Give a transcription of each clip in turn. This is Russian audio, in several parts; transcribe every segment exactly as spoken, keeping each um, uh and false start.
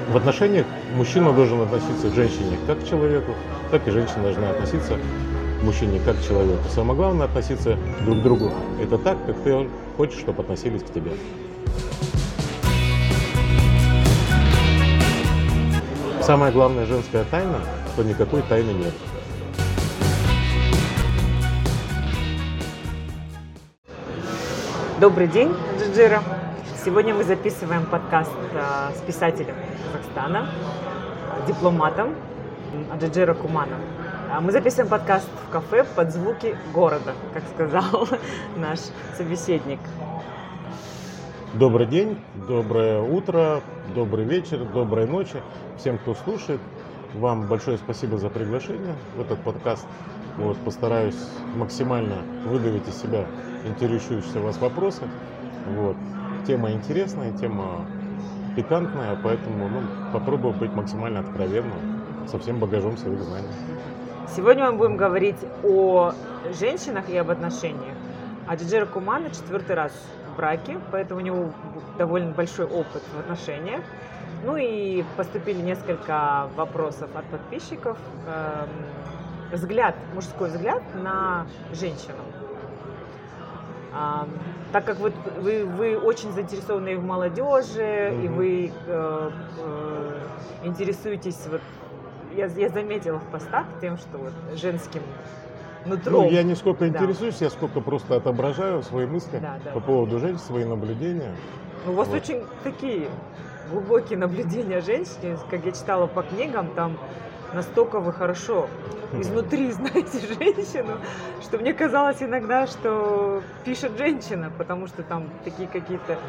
В отношениях мужчина должен относиться к женщине как к человеку, так и женщина должна относиться к мужчине как к человеку. Самое главное относиться друг к другу. Это так, как ты хочешь, чтобы относились к тебе. Самая главная женская тайна, что никакой тайны нет. Добрый день, Джиджира. Сегодня мы записываем подкаст с писателем Казахстана, дипломатом Джиджира Куманом. Мы записываем подкаст в кафе под звуки города, как сказал наш собеседник. Добрый день, доброе утро, добрый вечер, доброй ночи всем, кто слушает. Вам большое спасибо за приглашение в этот подкаст. Вот, постараюсь максимально выдавить из себя интересующие вас вопросы. Вот. Тема интересная, тема пикантная, поэтому ну, попробую быть максимально откровенным, со всем багажом своих знаний. Сегодня мы будем говорить о женщинах и об отношениях. А Джиджира Кумана четвертый раз в браке, поэтому у него довольно большой опыт в отношениях. Ну и поступили несколько вопросов от подписчиков. Взгляд, мужской взгляд на женщину. А, так как вы, вы, вы очень заинтересованы в молодежи, mm-hmm. и вы э, э, интересуетесь, вот, я, я заметила в постах тем, что вот женским нутром. Ну, я не сколько да. интересуюсь, я сколько просто отображаю свои мысли да, да, по да. поводу женщин, свои наблюдения. У вас вот. очень такие глубокие наблюдения женщин, как я читала по книгам, там настолько вы хорошо изнутри знаете женщину, что мне казалось иногда, что пишет женщина, потому что там такие какие-то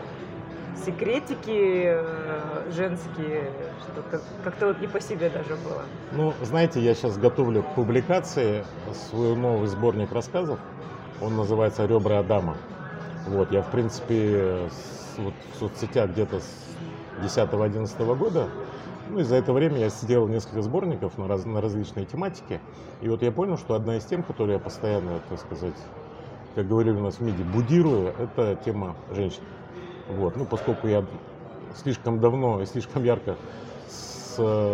секретики женские, что как-то вот не по себе даже было. Ну, знаете, я сейчас готовлю к публикации свой новый сборник рассказов. Он называется «Ребра Адама». Вот, я, в принципе, с, вот, в соцсетях где-то с десятого-одиннадцатого года. Ну и за это время я сделал несколько сборников на, раз, на различные тематики. И вот я понял, что одна из тем, которую я постоянно, так сказать, как говорили у нас в МИДе, будирую, это тема женщин. Вот. Ну, поскольку я слишком давно и слишком ярко с,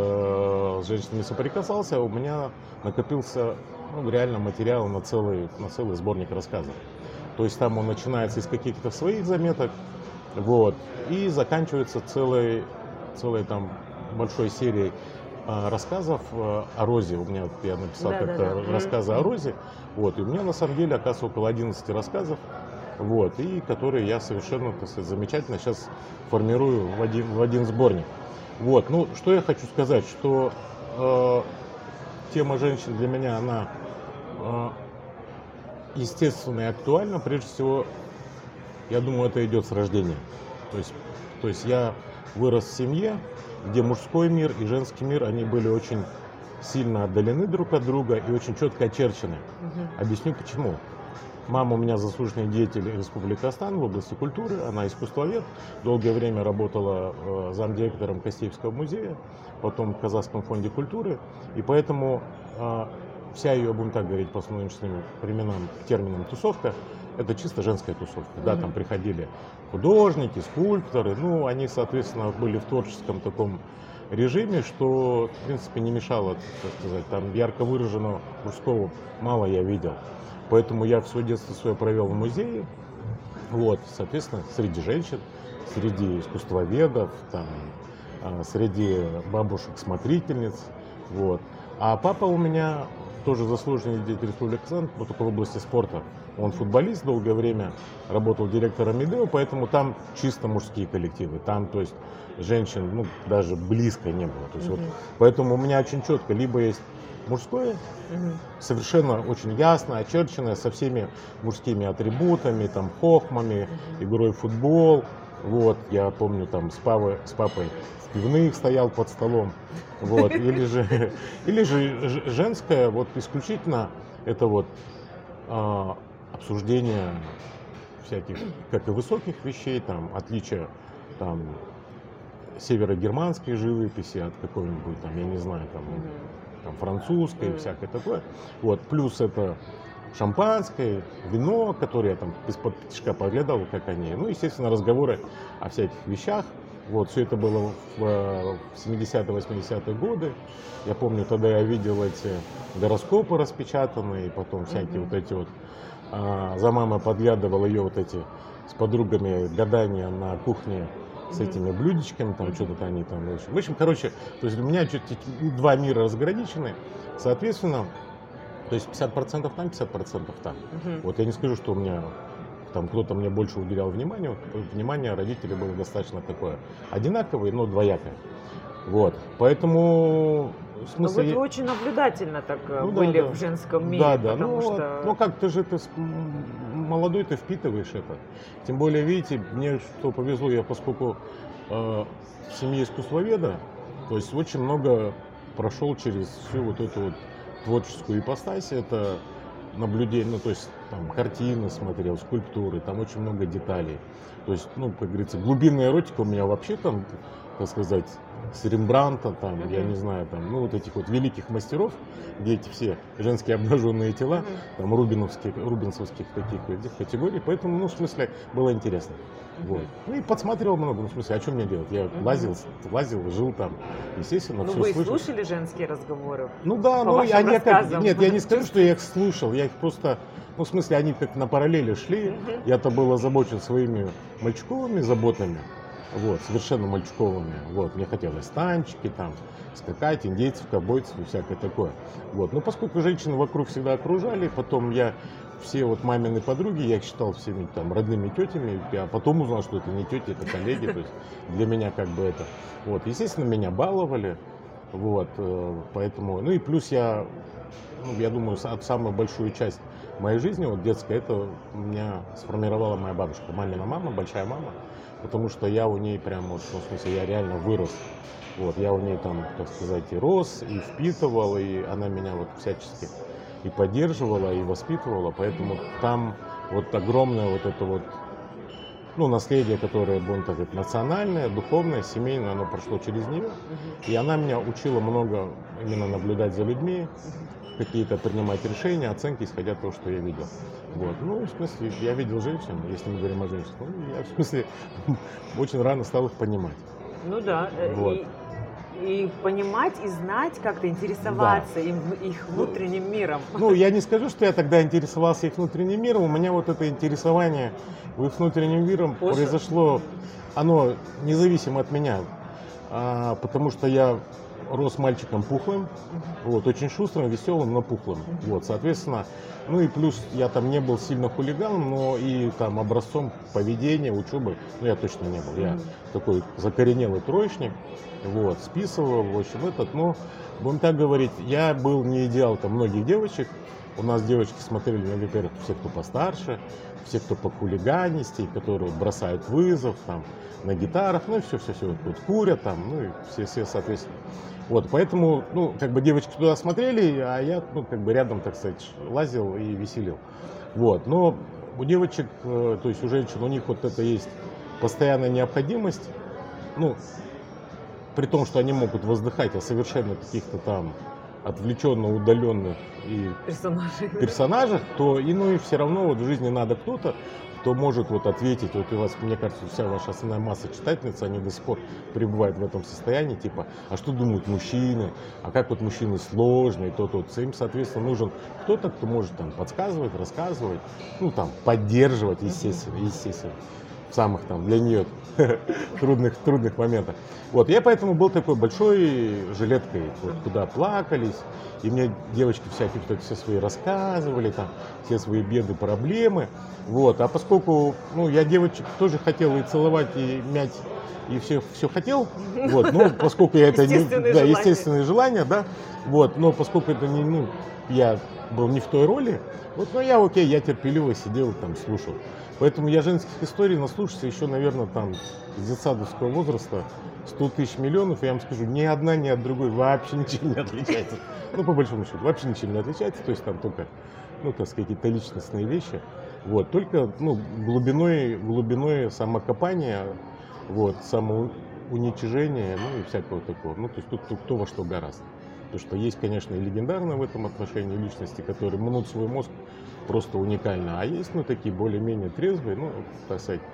с женщинами соприкасался, у меня накопился ну, реально материал на целый, на целый сборник рассказов. То есть там он начинается из каких-то своих заметок, вот, и заканчивается целой, целой там большой серией а, рассказов а, о розе. У меня, я написал да, как-то да, да. рассказы о розе. Вот, и у меня на самом деле, оказывается, около одиннадцати рассказов, вот, и которые я совершенно, так сказать, замечательно сейчас формирую в один, в один сборник. Вот, ну, что я хочу сказать, что э, тема женщин для меня, она э, естественна и актуальна. Прежде всего, я думаю, это идет с рождения. То есть, то есть я вырос в семье, где мужской мир и женский мир, они были очень сильно отдалены друг от друга и очень четко очерчены. Uh-huh. Объясню почему. Мама у меня заслуженный деятель Республики Казахстан в области культуры, она искусствовед, долгое время работала э, замдиректором Кастеевского музея, потом в Казахском фонде культуры, и поэтому э, вся ее, будем так говорить по нынешним временам, терминам тусовка, это чисто женская тусовка. Mm-hmm. Да, там приходили художники, скульпторы, ну, они, соответственно, были в творческом таком режиме, что, в принципе, не мешало, так сказать, там ярко выраженного мужского мало я видел. Поэтому я все детство свое провел в музее, вот, соответственно, среди женщин, среди искусствоведов, там, среди бабушек-смотрительниц, вот. А папа у меня тоже заслуженный деятель Республики Казахстан, но только в области спорта. Он футболист, долгое время работал директором Медео, поэтому там чисто мужские коллективы. Там, то есть, женщин, ну, даже близко не было. То есть, mm-hmm. вот, поэтому у меня очень четко либо есть мужское, mm-hmm. совершенно очень ясно, очерченное, со всеми мужскими атрибутами, там, хохмами, mm-hmm. игрой в футбол. Вот, я помню, там, с папой, с папой в пивных стоял под столом. Вот, или же, или же женское, вот, исключительно, это вот, а, обсуждение всяких, как и высоких вещей, там, отличия, там, северогерманской живописи от какой-нибудь, там, я не знаю, там, mm-hmm. там французской, mm-hmm. всякое такое. Вот, плюс это шампанское, вино, которое я там из-под тишка поглядал, как они. Ну, естественно, разговоры о всяких вещах. Вот, все это было в семидесятые, восьмидесятые годы. Я помню, тогда я видел эти гороскопы распечатанные, потом всякие mm-hmm. вот эти вот. А, за мамой подглядывал ее вот эти с подругами гадания на кухне с mm-hmm. этими блюдечками, там mm-hmm. что-то они там. В общем, в общем, короче, то есть у меня чуть два мира разграничены, соответственно, то есть пятьдесят процентов там, пятьдесят процентов там. Mm-hmm. Вот я не скажу, что у меня там кто-то мне больше уделял внимания, внимание родителей было достаточно такое одинаковое, но двоякое. Вот, поэтому в смысле... Но вы очень наблюдательно так ну, были да, в да. женском мире, да, да. потому ну, что... Ну как, ты же ты молодой, ты впитываешь это. Тем более, видите, мне что повезло, я поскольку э, в семье искусствоведа, то есть очень много прошел через всю вот эту вот творческую ипостась, это наблюдение, ну то есть там картины смотрел, скульптуры, там очень много деталей. То есть, ну, как говорится, глубинная эротика у меня вообще там, так сказать, с Рембрандта, там, mm-hmm. я не знаю, там, ну, вот этих вот великих мастеров, где эти все женские обнаженные тела, mm-hmm. там, рубиновских, рубинсовских таких этих категорий, поэтому, ну, в смысле, было интересно. Mm-hmm. Вот. Ну, и подсматривал много, ну, в смысле, а что мне делать? Я mm-hmm. лазил, лазил, жил там, естественно, ну, все вы слышал. Слушали женские разговоры? Ну, да, по ну, я, я как, нет, я не скажу, что я их слушал, я их просто... Ну, в смысле, они как на параллели шли. Uh-huh. Я-то был озабочен своими мальчиковыми заботами, вот, совершенно мальчиковыми. Вот, мне хотелось танчики, там, скакать, индейцев, ковбойцев и всякое такое. Вот, но поскольку женщины вокруг всегда окружали, потом я все вот мамины подруги, я их считал всеми там родными тетями, а потом узнал, что это не тети, это коллеги, то есть для меня как бы это. Вот, естественно, меня баловали, вот, поэтому, ну и плюс я, ну, я думаю, самую большую часть моей жизни, вот детская, это меня сформировала моя бабушка, мамина мама, большая мама, потому что я у ней прям, вот, ну, в смысле, я реально вырос. Вот, я у ней там, так сказать, и рос, и впитывал, и она меня вот всячески и поддерживала, и воспитывала, поэтому там вот огромное вот это вот, ну, наследие, которое, будем так говорить, национальное, духовное, семейное, оно прошло через нее, и она меня учила много именно наблюдать за людьми, какие-то принимать решения, оценки, исходя из того, что я видел. Вот. Ну, в смысле, я видел женщин, если мы говорим о женщинах, ну, я, в смысле, очень рано стал их понимать. Ну да, вот. и, и понимать, и знать, как-то интересоваться да. им, их внутренним миром. Ну, я не скажу, что я тогда интересовался их внутренним миром, у меня вот это интересование их внутренним миром Позже. произошло, оно независимо от меня, а, потому что я рос мальчиком пухлым, uh-huh. вот, очень шустрым, веселым, но пухлым. Uh-huh. Вот, соответственно, ну и плюс я там не был сильно хулиганом, но и там образцом поведения, учебы, ну я точно не был. Uh-huh. Я такой закоренелый троечник, вот, списывал, в общем, этот, но, будем так говорить, я был не идеал там многих девочек. У нас девочки смотрели, ну, во-первых, все, кто постарше, все, кто по хулиганистей, которые бросают вызов, там, на гитарах, ну и все-все-все, вот, курят там, ну и все-все, соответственно. Вот, поэтому, ну, как бы девочки туда смотрели, а я, ну, как бы рядом, так сказать, лазил и веселил. Вот, но у девочек, то есть у женщин, у них вот это есть постоянная необходимость, ну, при том, что они могут воздыхать о совершенно каких-то там отвлеченно удаленных и персонажей, персонажах, то и, ну, и все равно вот в жизни надо кто-то, кто может вот ответить. Вот у вас, мне кажется, вся ваша основная масса читательниц, они до сих пор пребывают в этом состоянии, типа, а что думают мужчины, а как вот мужчины сложные, то-то, вот. Им, соответственно, нужен кто-то, кто может там подсказывать, рассказывать, ну, там, поддерживать, естественно, естественно. В самых там для нее трудных, трудных моментах. Вот, я поэтому был такой большой жилеткой, вот, куда плакались, и мне девочки всякие вот все свои рассказывали, там, все свои беды, проблемы. Вот, а поскольку, ну, я девочек тоже хотел и целовать, и мять, и все, все хотел, вот, ну, поскольку я это не, да, естественное желание, да, вот, но поскольку это не, ну, я был не в той роли, вот, ну, я, окей, я терпеливо сидел, там, слушал. Поэтому я женских историй наслушался еще, наверное, там, с детсадовского возраста, сто тысяч миллионов, и я вам скажу, ни одна, ни от другой вообще ничем не отличается. Ну, по большому счету, вообще ничем не отличается, то есть там только, ну, так сказать, какие-то личностные вещи. Вот, только, ну, глубиной, глубиной самокопания, вот, самоуничижения, ну, и всякого такого. Ну, то есть тут, тут кто во что гораздо. Потому что есть, конечно, и легендарные в этом отношении личности, которые мнут свой мозг просто уникально. А есть, ну, такие более-менее трезвые, ну, так сказать,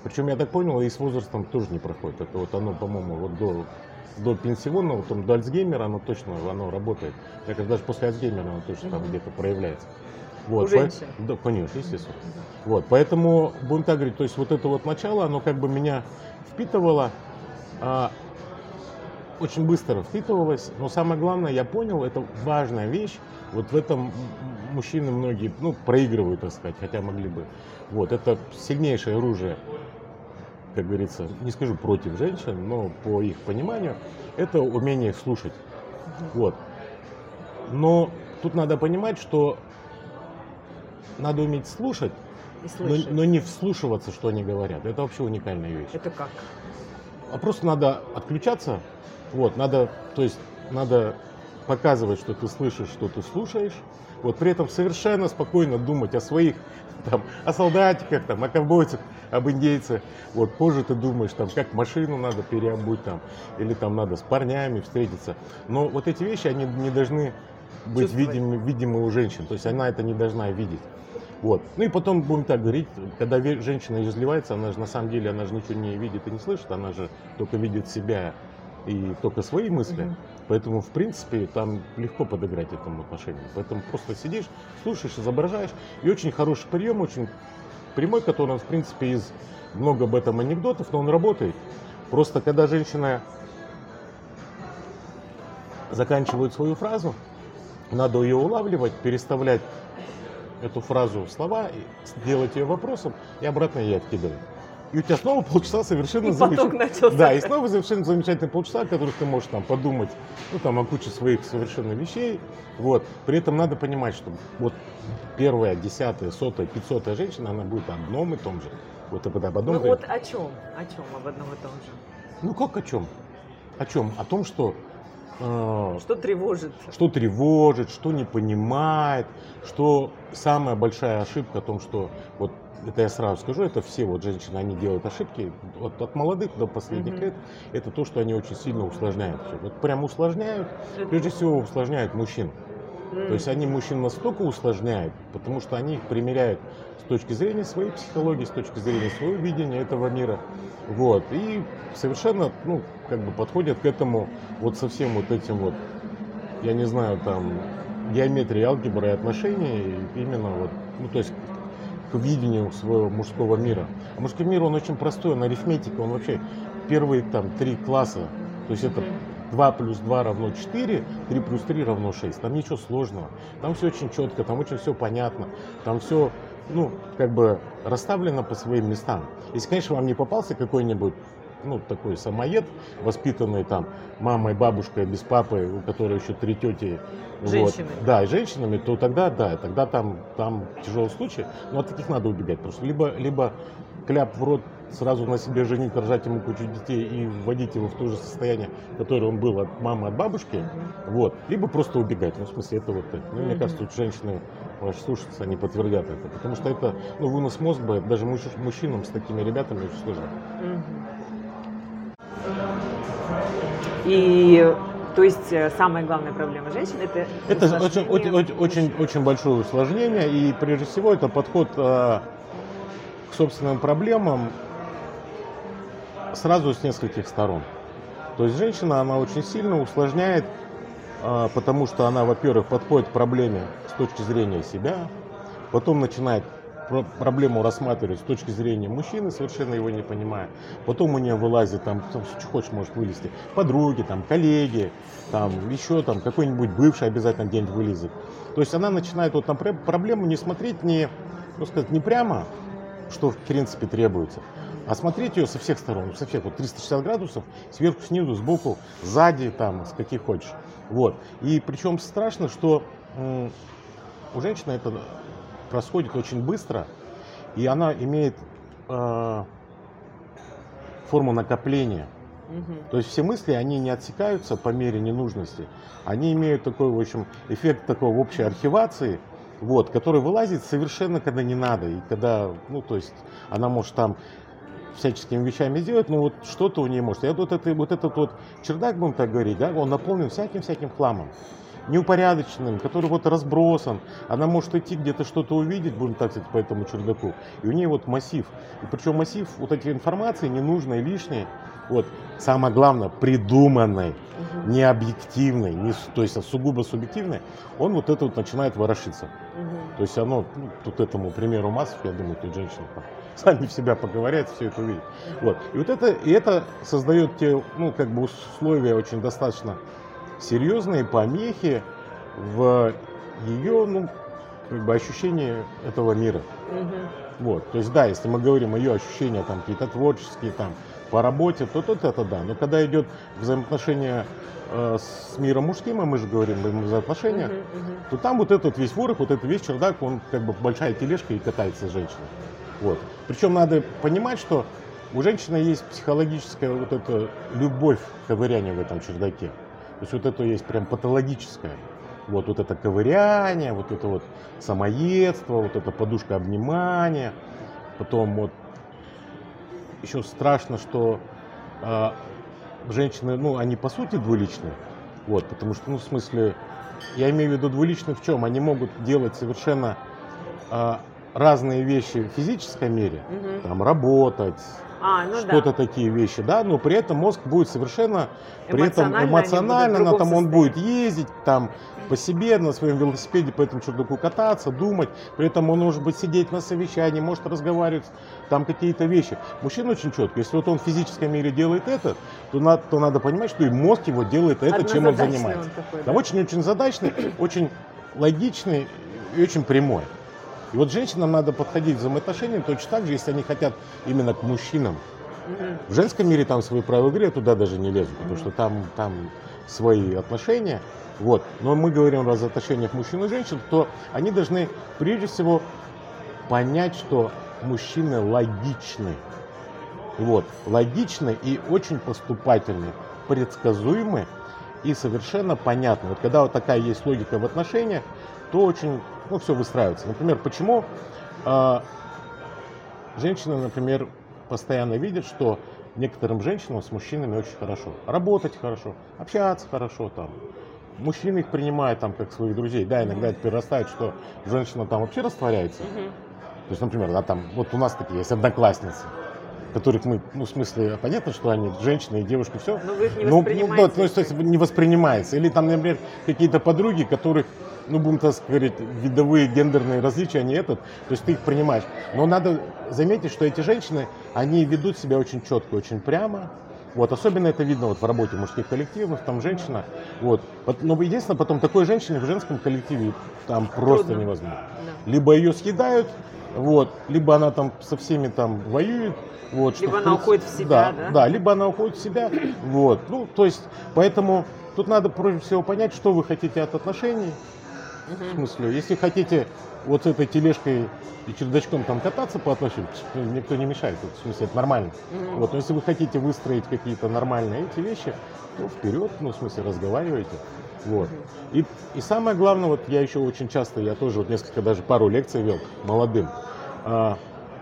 Причем, я так понял, и с возрастом тоже не проходит. Это вот оно, по-моему, вот до, до пенсионного, там, до Альцгеймера оно точно оно работает. Мне кажется, даже после Альцгеймера оно точно там где-то проявляется. Вот, У женщин? По... Да, конечно, естественно. Вот, поэтому, будем так говорить, то есть вот это вот начало, оно как бы меня впитывало, а, очень быстро впитывалось, но самое главное, я понял, это важная вещь, вот в этом мужчины многие, ну, проигрывают, так сказать, хотя могли бы. Вот, это сильнейшее оружие, как говорится, не скажу против женщин, но по их пониманию, это умение слушать. Вот. Но тут надо понимать, что надо уметь слушать, но, но не вслушиваться, что они говорят. Это вообще уникальная вещь. Это как? А просто надо отключаться. Вот, надо, то есть, надо показывать, что ты слышишь, что ты слушаешь. Вот, при этом совершенно спокойно думать о своих, там, о солдатиках, там, о ковбойцах, об индейцах. Вот, позже ты думаешь, там, как машину надо переобуть, там, или там надо с парнями встретиться. Но вот эти вещи, они не должны быть видимы, видимы у женщин. То есть она это не должна видеть. Вот. Ну и потом, будем так говорить, когда женщина изливается, она же на самом деле, она же ничего не видит и не слышит, она же только видит себя и только свои мысли. Угу. Поэтому, в принципе, там легко подыграть этому отношению. Поэтому просто сидишь, слушаешь, изображаешь. И очень хороший прием, очень прямой, который, он, в принципе, из много об этом анекдотов, но он работает. Просто когда женщина заканчивает свою фразу, надо ее улавливать, переставлять эту фразу в слова, делать ее вопросом и обратно ей откидывать. И у тебя снова полчаса совершенно замечательный. Да, и снова совершенно замечательные полчаса, в которых ты можешь там подумать, ну там о куче своих совершенно вещей. Вот. При этом надо понимать, что вот первая, десятая, сотая, пятьсотая женщина, она будет об одном и том же. Вот об одном. Ну вот о чем? О чем об одном и том же? Ну как о чем? О чем? О том, что Что тревожит? Что тревожит, что не понимает, что самая большая ошибка о том, что вот это я сразу скажу, это все вот женщины, они делают ошибки, вот от молодых до последних mm-hmm. лет, это то, что они очень сильно усложняют все. Вот прям усложняют, прежде всего усложняют мужчин. Mm-hmm. То есть они мужчин настолько усложняют, потому что они их примеряют с точки зрения своей психологии, с точки зрения своего видения этого мира. Вот. И совершенно, ну, как бы подходят к этому вот со всем вот этим вот, я не знаю, там, геометрией, алгеброй отношений, именно вот, ну, то есть к видению своего мужского мира. А мужской мир, он очень простой, он арифметика, он вообще первые там три класса, то есть это два плюс два равно четыре, три плюс три равно шесть. Там ничего сложного. Там все очень четко, там очень все понятно. Там все, ну, как бы расставлено по своим местам. Если, конечно, вам не попался какой-нибудь, ну, такой самоед, воспитанный там мамой, бабушкой, без папы, у которой еще три тети. Женщинами. Вот, да, и женщинами, то тогда, да, тогда там, там тяжелый случай. Но от таких надо убегать. Просто либо, либо кляп в рот, сразу на себе женить, рожать ему кучу детей и вводить его в то же состояние, которое он был от мамы, от бабушки, mm-hmm. вот, либо просто убегать. Ну, в смысле, это вот это. Ну, mm-hmm. мне кажется, тут женщины ваши слушаются, они подтвердят это, потому что это, ну, вынос мозга, даже муж, мужчинам с такими ребятами очень сложно. Mm-hmm. И, то есть, самая главная проблема женщин это это очень, очень, очень, очень, очень большое усложнение, и прежде всего это подход э, к собственным проблемам сразу с нескольких сторон. То есть женщина, она очень сильно усложняет, э, потому что она, во-первых, подходит к проблеме с точки зрения себя, потом начинает проблему рассматривать с точки зрения мужчины, совершенно его не понимая. Потом у нее вылазит, там, что хочешь, может вылезти, подруги, там, коллеги, там, еще там, какой-нибудь бывший обязательно где-нибудь вылезет. То есть она начинает вот на проблему не смотреть не, ну, сказать, не прямо, что в принципе требуется, а смотреть ее со всех сторон, со всех, вот триста шестьдесят градусов, сверху, снизу, сбоку, сзади, там, с каких хочешь. Вот. И причем страшно, что м- у женщины это происходит очень быстро, и она имеет э, форму накопления. Угу. То есть все мысли, они не отсекаются по мере ненужности. Они имеют такой, в общем, эффект такой общей архивации, вот, который вылазит совершенно когда не надо. И когда, ну, то есть она может там всяческими вещами сделать, но вот что-то у нее может. И вот, это, вот этот вот чердак, будем так говорить, да, он наполнен всяким-всяким хламом. неупорядоченным, который вот разбросан. Она может идти где-то что-то увидеть, будем так сказать, по этому чердаку, и у нее вот массив. И причем массив вот этой информации ненужной, лишней, вот, самое главное, придуманной, угу. не объективной, не, то есть сугубо субъективной, он вот это вот начинает ворошиться. Угу. То есть оно, ну, тут этому примеру массов, я думаю, тут женщины сами в себя поговорят, все это увидят. Вот. И вот это, и это создает те, ну, как бы условия очень достаточно серьезные помехи в ее, ну, как бы ощущении этого мира. Угу. Вот. То есть, да, если мы говорим о ее ощущения там какие-то творческие, там, по работе, то тут это да. Но когда идет взаимоотношения э, с миром мужским, а мы же говорим о взаимоотношениях, uh-huh, uh-huh. то там вот этот весь ворох, вот этот весь чердак, он как бы большая тележка и катается с женщиной. Вот. Причем надо понимать, что у женщины есть психологическая вот эта любовь к ковырянию в этом чердаке. То есть вот это есть прям патологическое. Вот, вот это ковыряние, вот это вот самоедство, вот эта подушка обнимания. Потом вот еще страшно, что э, женщины, ну, они по сути двуличные, вот, потому что, ну, в смысле, я имею в виду двуличные в чем? Они могут делать совершенно э, разные вещи в физическом мире, угу. там, работать, а, ну что-то да. такие вещи, да, но при этом мозг будет совершенно, при этом эмоционально, на, там, он будет ездить, там, по себе, на своем велосипеде по этому чердаку кататься, думать, при этом он может быть сидеть на совещании, может разговаривать, там какие-то вещи. Мужчина очень четко, если вот он в физическом мире делает это, то надо, то надо понимать, что и мозг его делает это, чем он занимается. Он такой, да? Да, очень-очень задачный, очень логичный и очень прямой. И вот женщинам надо подходить к взаимоотношениям точно так же, если они хотят именно к мужчинам. Mm-hmm. В женском мире там свои правила игры, я туда даже не лезу, потому mm-hmm. что там, там свои отношения. Вот. Но мы говорим о отношениях мужчин и женщин, то они должны прежде всего понять, что мужчины логичны. Вот. Логичны и очень поступательны, предсказуемы и совершенно понятны. Вот когда вот такая есть логика в отношениях, то очень, ну, все выстраивается. Например, почему э, женщины, например, постоянно видят, что некоторым женщинам с мужчинами очень хорошо. Работать хорошо, общаться хорошо там. Мужчины их принимают там как своих друзей. Да, иногда это перерастает, что женщина там вообще растворяется. Mm-hmm. То есть, например, да, там, вот у нас такие есть одноклассницы, которых мы, ну, в смысле, понятно, что они женщины и девушки, все. Но вы их не воспринимаете. Ну, ну, да, то есть не воспринимается. Или там, например, какие-то подруги, которых, ну, будем так сказать, видовые гендерные различия, они этот, то есть ты их принимаешь. Но надо заметить, что эти женщины, они ведут себя очень четко, очень прямо. Вот, особенно это видно вот в работе мужских коллективов, там женщина, вот. Но единственное, потом такой женщине в женском коллективе там просто трудно. Невозможно. Да. Либо ее съедают, вот, либо она там со всеми там воюет, вот. Либо что, она уходит в себя, да, да? Да, либо она уходит в себя, вот. Ну, то есть, поэтому тут надо прежде всего понять, что вы хотите от отношений. Угу. В смысле, если хотите вот с этой тележкой и чердачком там кататься по отношениям, никто не мешает, в смысле, это нормально. Mm-hmm. Вот, но если вы хотите выстроить какие-то нормальные эти вещи, то вперед, ну, в смысле, разговаривайте. Вот. Mm-hmm. И, и самое главное, вот я еще очень часто, я тоже вот несколько, даже пару лекций вел молодым. А,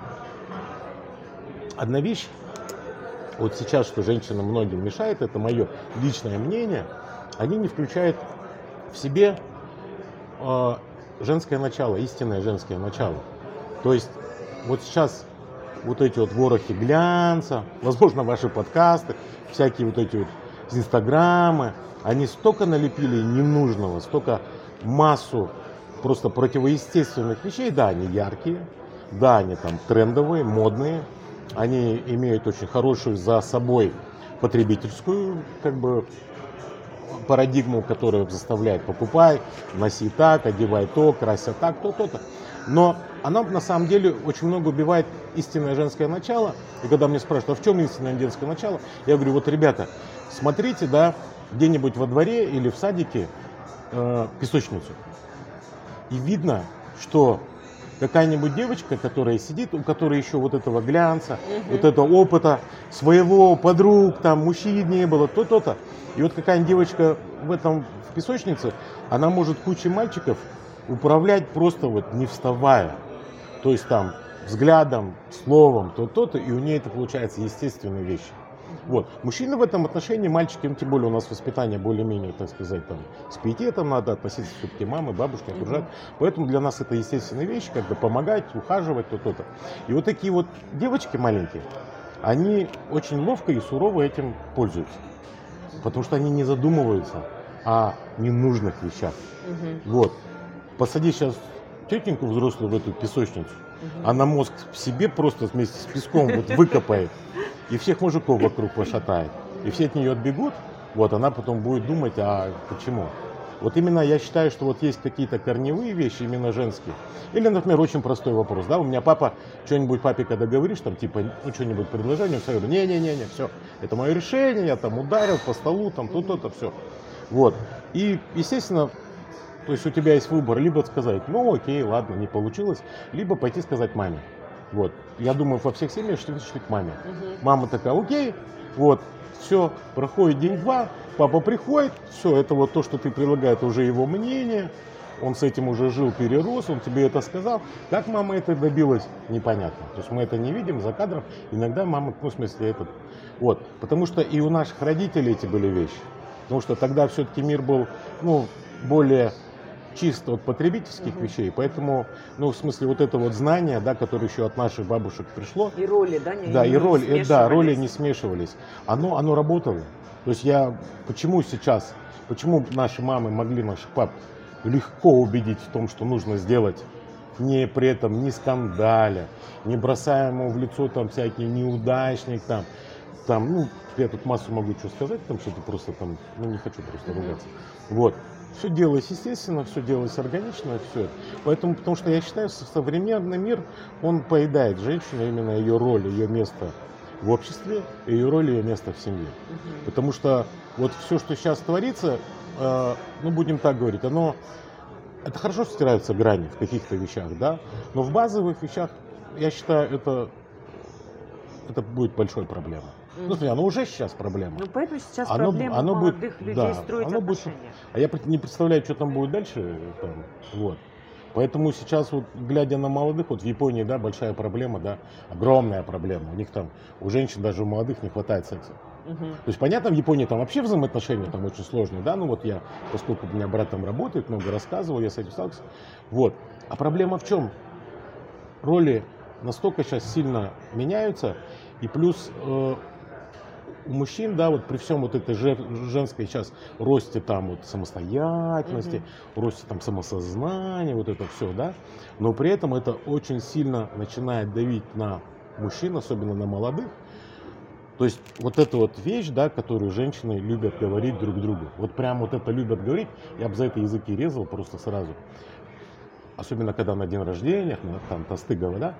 одна вещь, вот сейчас, что женщинам многим мешает, это мое личное мнение, они не включают в себе а, женское начало, истинное женское начало. То есть вот сейчас вот эти вот ворохи глянца, возможно, ваши подкасты, всякие вот эти вот инстаграмы, они столько налепили ненужного, столько массу просто противоестественных вещей. Да, они яркие, да, они там трендовые, модные, они имеют очень хорошую за собой потребительскую, как бы, парадигму, которая заставляет покупай, носи так, одевай то, крася так, то, то-то. Но она на самом деле очень много убивает истинное женское начало. И когда мне спрашивают, а в чем истинное женское начало, я говорю, вот, ребята, смотрите, да, где-нибудь во дворе или в садике э, песочницу. И видно, что какая-нибудь девочка, которая сидит, у которой еще вот этого глянца, угу. вот этого опыта, своего подруг, там, мужчин не было, то-то-то. И вот какая-нибудь девочка в этом в песочнице, она может кучей мальчиков управлять просто вот не вставая. То есть там взглядом, словом, то-то-то, и у нее это получается естественные вещи. Вот. Мужчины в этом отношении, мальчики, ну, тем более у нас воспитание более-менее, так сказать, там, с пиететом надо относиться все-таки мамы, бабушки, окружать. Mm-hmm. Поэтому для нас это естественная вещь, как бы помогать, ухаживать, то-то. И вот такие вот девочки маленькие, они очень ловко и сурово этим пользуются. Потому что они не задумываются о ненужных вещах. Mm-hmm. Вот. Посади сейчас тетеньку взрослую в эту песочницу, mm-hmm. она мозг в себе просто вместе с песком вот выкопает. И всех мужиков вокруг пошатает. И все от нее отбегут, вот она потом будет думать, а почему? Вот именно я считаю, что вот есть какие-то корневые вещи, именно женские. Или, например, очень простой вопрос, да, у меня папа, что-нибудь папе, когда говоришь, там, типа, ну, что-нибудь предложение, он все говорит, не-не-не, все, это мое решение, я там ударил по столу, там, то-то, все. Вот. И, естественно, то есть у тебя есть выбор, либо сказать, ну, окей, ладно, не получилось, либо пойти сказать маме. Вот. Я думаю, во всех семьях что шли к маме. Uh-huh. Мама такая, окей, вот, все, проходит день-два, папа приходит, все, это вот то, что ты предлагаешь, это уже его мнение, он с этим уже жил, перерос, он тебе это сказал. Как мама это добилась, непонятно. То есть мы это не видим за кадром, иногда мама, ну, в смысле, этот, вот, потому что и у наших родителей эти были вещи, потому что тогда все-таки мир был, ну, более чисто от потребительских uh-huh. вещей, поэтому, ну, в смысле, вот это вот знание, да, которое еще от наших бабушек пришло. И роли, да, не, да, не и роли, и, да, роли не смешивались. Оно, оно работало. То есть я, почему сейчас, почему наши мамы могли наших пап легко убедить в том, что нужно сделать, не при этом не скандаля, не бросая ему в лицо там всякий неудачник, там, там, ну, я тут массу могу что сказать, там что-то просто там, ну, не хочу просто uh-huh. ругаться. Вот. Все делалось естественно, все делалось органично, все. Поэтому, потому что я считаю, что современный мир, он поедает женщину, именно ее роль, ее место в обществе, ее роль, ее место в семье. Угу. Потому что вот все, что сейчас творится, э, ну, будем так говорить, оно, это хорошо стираются грани в каких-то вещах, да, но в базовых вещах, я считаю, это, это будет большой проблемой. Ну, смотри, оно уже сейчас проблема. Ну, поэтому сейчас оно, проблема оно молодых будет, людей да, строить оно отношения. Будет, а я не представляю, что там будет дальше. Там, вот. Поэтому сейчас, вот, глядя на молодых, вот в Японии, да, большая проблема, да, огромная проблема. У них там, у женщин, даже у молодых, не хватает секса. Угу. То есть, понятно, в Японии там вообще взаимоотношения там очень сложные, да, ну вот я, поскольку у меня брат там работает, много рассказывал, я с этим сталкивался. Вот. А проблема в чем? Роли настолько сейчас сильно меняются, и плюс э, у мужчин, да, вот при всем вот этой женской сейчас росте там вот самостоятельности, mm-hmm. росте там самосознания, вот это все, да, но при этом это очень сильно начинает давить на мужчин, особенно на молодых. То есть вот эта вот вещь, да, которую женщины любят говорить друг другу, вот прям вот это любят говорить, я бы за это языки резал просто сразу. Особенно когда на день рождения, там тосты говорят,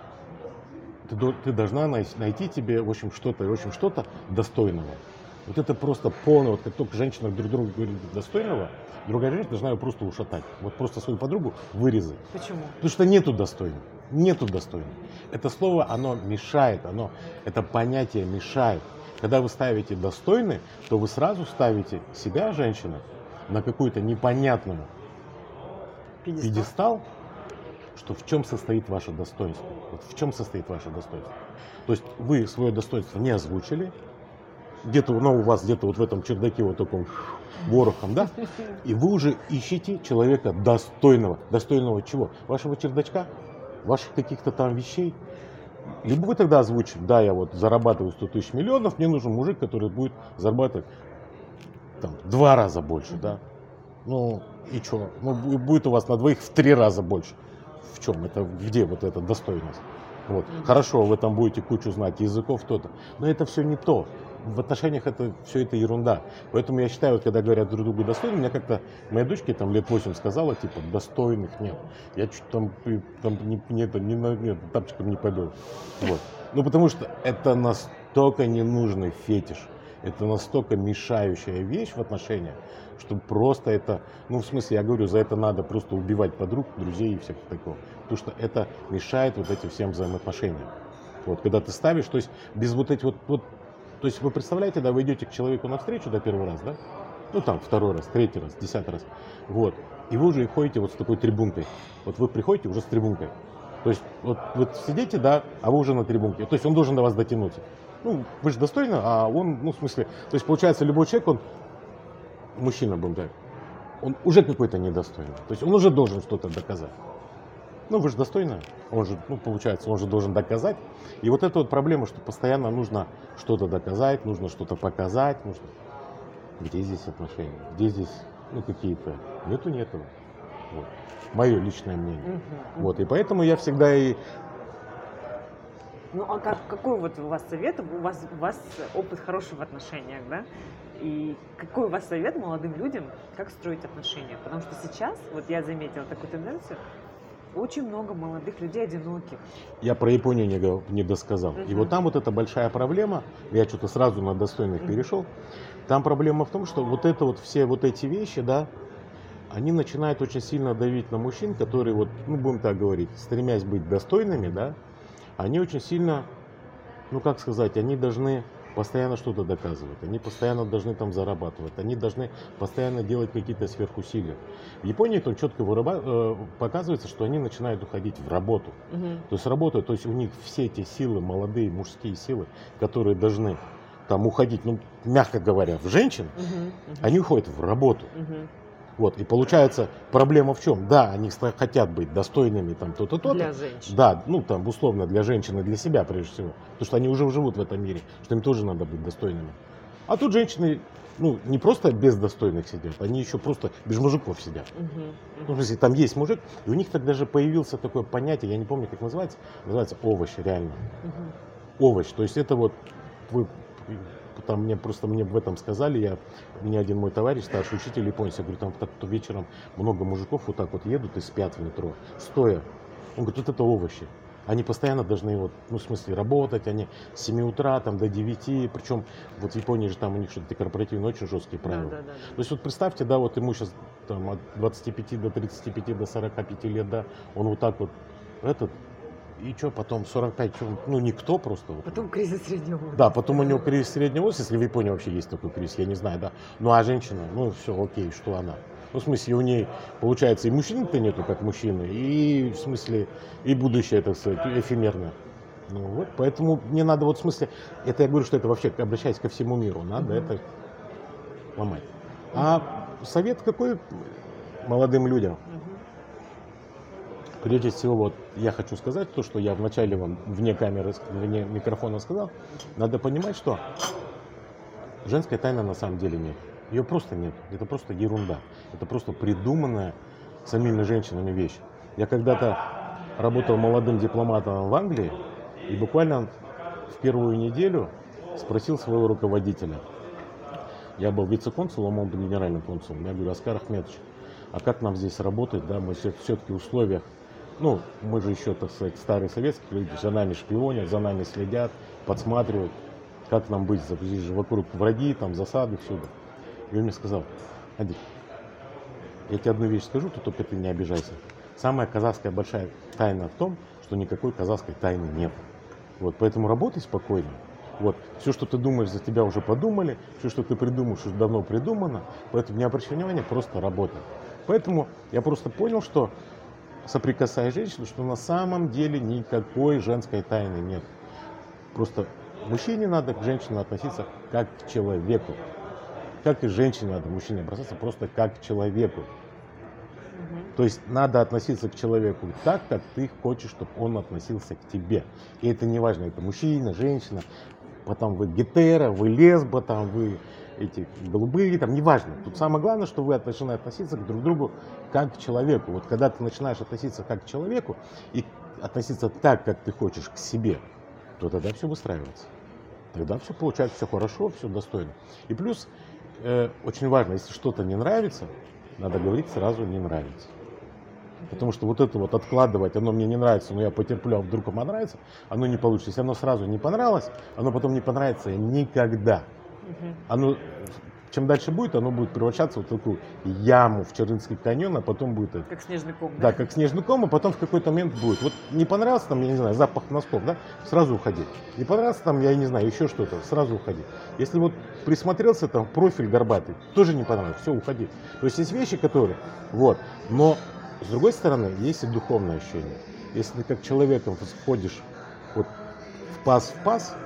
Ты, ты должна найти тебе, в общем, что-то, в общем, что-то достойного. Вот это просто полно, вот как только женщина друг другу говорит достойного, другая женщина должна ее просто ушатать. Вот просто свою подругу вырезать. Почему? Потому что нету достойного. Нету достойного. Это слово, оно мешает, оно, это понятие мешает. Когда вы ставите достойный, то вы сразу ставите себя, женщина, на какую-то непонятную пьедестал, пьедестал что в чем состоит ваше достоинство. Вот в чем состоит ваше достоинство. То есть вы свое достоинство не озвучили, где-то, ну, у вас где-то вот в этом чердаке вот таком ворохом, да, и вы уже ищете человека достойного. Достойного чего? Вашего чердачка? Ваших каких-то там вещей? Либо вы тогда озвучите, да, я вот зарабатываю сто тысяч миллионов, мне нужен мужик, который будет зарабатывать там в два раза больше, да. Ну, и что? Ну, будет у вас на двоих в три раза больше. В чем? Это где вот эта достойность? Вот. Mm-hmm. Хорошо, вы там будете кучу знать языков, то-то. Но это все не то. В отношениях это все это ерунда. Поэтому я считаю, вот, когда говорят друг другу достойны, мне как-то моя дочке там лет восемь сказала, типа, достойных нет. Я чуть там, там не, не, не, не, тапчиком не побил. Вот. Ну, потому что это настолько ненужный фетиш. Это настолько мешающая вещь в отношениях, что просто это, ну, в смысле, я говорю, за это надо просто убивать подруг, друзей и всяких такого. Потому что это мешает вот этим всем взаимоотношениям. Вот, когда ты ставишь, то есть без вот этих вот, вот, то есть вы представляете, да, вы идете к человеку навстречу, да, первый раз, да, ну, там, второй раз, третий раз, десятый раз, вот, и вы уже ходите вот с такой трибункой. Вот вы приходите уже с трибункой. То есть вот вы сидите, да, а вы уже на трибунке. То есть он должен до вас дотянуться. ну, вы же достойны, а он, ну, в смысле, то есть, получается, любой человек, он, мужчина был, да, он уже какой-то недостойный. То есть он уже должен что-то доказать. Ну, вы же достойны, он же, ну, получается, он же должен доказать. И вот эта вот проблема, что постоянно нужно что-то доказать, нужно что-то показать, нужно... Где здесь отношения? Где здесь, ну, какие-то... Нету, нету. Вот. Мое личное мнение. Мгм. Вот, и поэтому я всегда и... Ну, а как, какой вот у вас совет? У вас, у вас опыт хороший в отношениях, да? И какой у вас совет молодым людям, как строить отношения? Потому что сейчас, вот я заметила такую тенденцию, очень много молодых людей одиноких. Я про Японию не, гов- не досказал. И Мгм. вот там вот эта большая проблема, я что-то сразу на достойных Мгм. перешел, там проблема в том, что вот это вот все вот эти вещи, да, они начинают очень сильно давить на мужчин, которые вот, ну, будем так говорить, стремясь быть достойными, да, они очень сильно, ну, как сказать, они должны постоянно что-то доказывать, они постоянно должны там зарабатывать, они должны постоянно делать какие-то сверхусилия. В Японии там четко выраба- э, показывается, что они начинают уходить в работу. Мгм. То есть работают, то есть у них все эти силы, молодые мужские силы, которые должны там уходить, ну, мягко говоря, в женщин, Мгм. Мгм. они уходят в работу. Мгм. Вот, и получается, проблема в чем? Да, они ста- хотят быть достойными, там, то-то, то-то. Для женщин. Да, ну, там, условно, для женщины, для себя, прежде всего. Потому что они уже живут в этом мире, что им тоже надо быть достойными. А тут женщины, ну, не просто без достойных сидят, они еще просто без мужиков сидят. Мгм. Ну, в Мгм. смысле, там есть мужик, и у них так даже появился такое понятие, я не помню, как называется, называется овощ, реально. Мгм. Овощ, то есть это вот, вы, там мне просто, мне в этом сказали, я, мне один мой товарищ, старший учитель японец, я говорю, там так, то вечером много мужиков вот так вот едут и спят в метро, стоя. Он говорит, вот это овощи. Они постоянно должны, вот, ну, в смысле, работать, они с семи утра там, до девяти, причем вот в Японии же там у них что-то корпоративные очень жесткие Да, правила. да, да, да. То есть вот представьте, да, вот ему сейчас там от двадцати пяти до тридцати пяти, до сорока пяти лет, да, он вот так вот, этот, и что потом, сорок пять, чё, ну никто просто. Вот. Потом кризис среднего возраста. Да, потом у него кризис среднего возраста, если в Японии вообще есть такой кризис, я не знаю, да. Ну а женщина, ну все, окей, что она? Ну, в смысле, у ней, получается, и мужчин-то нету, как мужчины, и, в смысле, и будущее, так сказать, эфемерное. Ну вот, поэтому мне надо, вот в смысле, это я говорю, что это вообще, обращаясь ко всему миру, надо Мгм. это ломать. А совет какой молодым людям? Мгм. Прежде всего, вот я хочу сказать то, что я вначале вам вне камеры, вне микрофона сказал. Надо понимать, что женской тайны на самом деле нет. Ее просто нет. Это просто ерунда. Это просто придуманная самими женщинами вещь. Я когда-то работал молодым дипломатом в Англии и буквально в первую неделю спросил своего руководителя. Я был вице-консулом, он был генеральным консулом. Я говорю, Оскар Ахметович, а как нам здесь работать? Да, мы все-таки в условиях, ну, мы же еще, так сказать, старые советские люди, за нами шпионят, за нами следят, подсматривают. Как нам быть? Здесь же вокруг враги, там засады, всюду. И он мне сказал, Андрей, я тебе одну вещь скажу, то только ты не обижайся. Самая казахская большая тайна в том, что никакой казахской тайны нет. Вот, поэтому работай спокойно. Вот, все, что ты думаешь, за тебя уже подумали, все, что ты придумаешь, уже давно придумано, поэтому не обращай внимания, просто работай. Поэтому я просто понял, что соприкасаясь с женщиной, что на самом деле никакой женской тайны нет. Просто мужчине надо к женщине относиться как к человеку. Как и женщине надо мужчине обращаться просто как к человеку. Мгм. То есть надо относиться к человеку так, как ты хочешь, чтобы он относился к тебе. И это не важно, это мужчина, женщина, потом вы гетера, вы лесба, там вы эти голубые, там неважно. Тут самое главное, что вы начинаете относиться к друг другу как к человеку. Вот когда ты начинаешь относиться как к человеку и относиться так, как ты хочешь к себе, то тогда все выстраивается. Тогда все получается, все хорошо, все достойно. И плюс, э, очень важно, если что-то не нравится, надо говорить сразу не нравится. Потому что вот это вот откладывать, оно мне не нравится, но я потерплю, а вдруг оно нравится, оно не получится. Если оно сразу не понравилось, оно потом не понравится никогда. Мгм. Оно, чем дальше будет, оно будет превращаться в такую яму в Чернинский каньон, а потом будет это. Как снежный ком. Да, как снежный ком, а потом в какой-то момент будет. Вот не понравился там, я не знаю, запах носков, да, сразу уходи. Не понравился там, я не знаю, еще что-то, сразу уходи. Если вот присмотрелся там, профиль горбатый, тоже не понравился, все, уходи. То есть есть вещи, которые, вот, но с другой стороны, есть и духовное ощущение. Если ты как человеком входишь вот в паз в паз,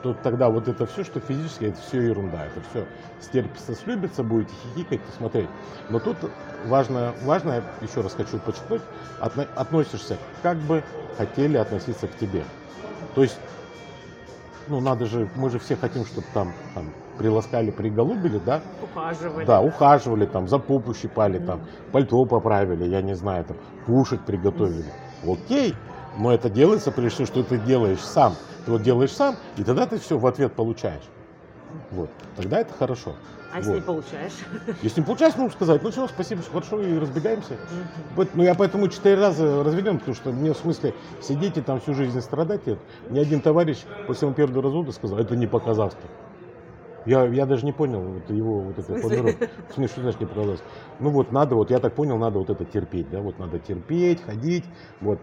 что тогда вот это все, что физически, это все ерунда. Это все стерпится, слюбится, будете хихикать и смотреть. Но тут важно, важно, я еще раз хочу подчеркнуть, отно, относишься, как бы хотели относиться к тебе. То есть, ну надо же, мы же все хотим, чтобы там, там приласкали, приголубили, да? Ухаживали. Да, ухаживали, там, за попу щипали, там, пальто поправили, я не знаю, там, кушать приготовили. Окей, но это делается, прежде всего, что ты делаешь сам. Ты вот делаешь сам, и тогда ты все в ответ получаешь. Вот, тогда это хорошо. А если вот. не получаешь? Если не получаешь, ну сказать, ну все, спасибо, хорошо, и разбегаемся. Вот, ну я поэтому четыре раза разведем, потому что мне в смысле сидеть и там всю жизнь страдать. Ни один товарищ после моего первого развода сказал, это не по-казахски. Я, я даже не понял вот его вот это формулировку. В смысле, что значит не по-казахски? Ну вот надо, вот я так понял, надо вот это терпеть, да, вот надо терпеть, ходить, вот.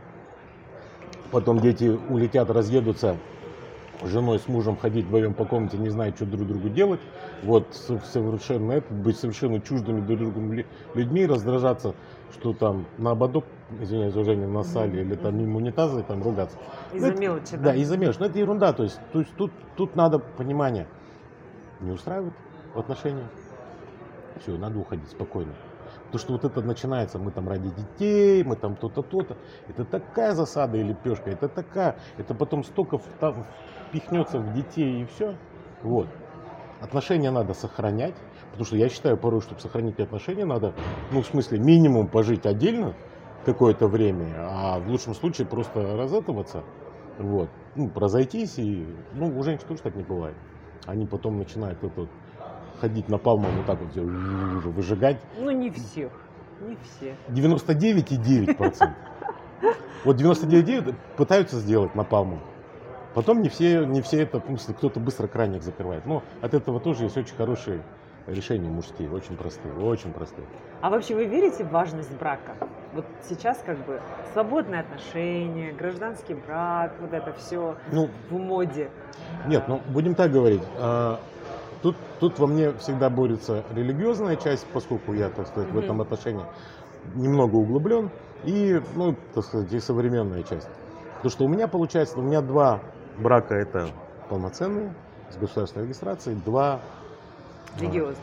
Потом дети улетят, разъедутся, с женой, с мужем ходить вдвоем по комнате, не знают, что друг другу делать. Вот совершенно это, быть совершенно чуждыми друг другу людьми, раздражаться, что там на ободок, извиняюсь за уважение, насали, или там мимо унитаза, и там ругаться. Из-за это, мелочи, да? Да, из-за мелочи. Но это ерунда, то есть, то есть тут, тут надо понимание. Не устраивает отношения, все, надо уходить спокойно. Потому что вот это начинается, мы там ради детей, мы там то-то, то-то. Это такая засада и лепешка, это такая, это потом столько там впихнется в детей и все. Вот. Отношения надо сохранять, потому что я считаю порой, чтобы сохранить отношения, надо, ну в смысле, минимум пожить отдельно какое-то время, а в лучшем случае просто разэтоваться, вот, ну, разойтись, и, ну, у женщин тоже так не бывает. Они потом начинают это, ходить напалмом вот так вот выжигать. Ну не всех, не все. девяносто девять и девять процентов. Вот девяносто девять и девять процентов пытаются сделать напалмом. Потом не все, не все это, кто-то быстро краник закрывает. Но от этого тоже есть очень хорошие решения мужские, очень простые, очень простые. А вообще вы верите в важность брака? Вот сейчас как бы свободные отношения, гражданский брак, вот это все ну, в моде. Нет, ну будем так говорить. Тут, тут во мне всегда борется религиозная часть, поскольку я, так сказать, mm-hmm. в этом отношении немного углублен, и, ну, так сказать, и современная часть. Потому что у меня получается, у меня два брака это полноценные, с государственной регистрацией, два религиозных.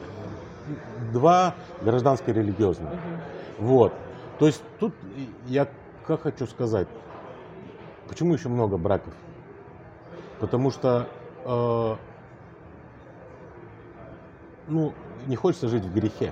Два гражданско-религиозных. Mm-hmm. Вот. То есть тут я как хочу сказать, почему еще много браков? Потому что э, ну, не хочется жить в грехе.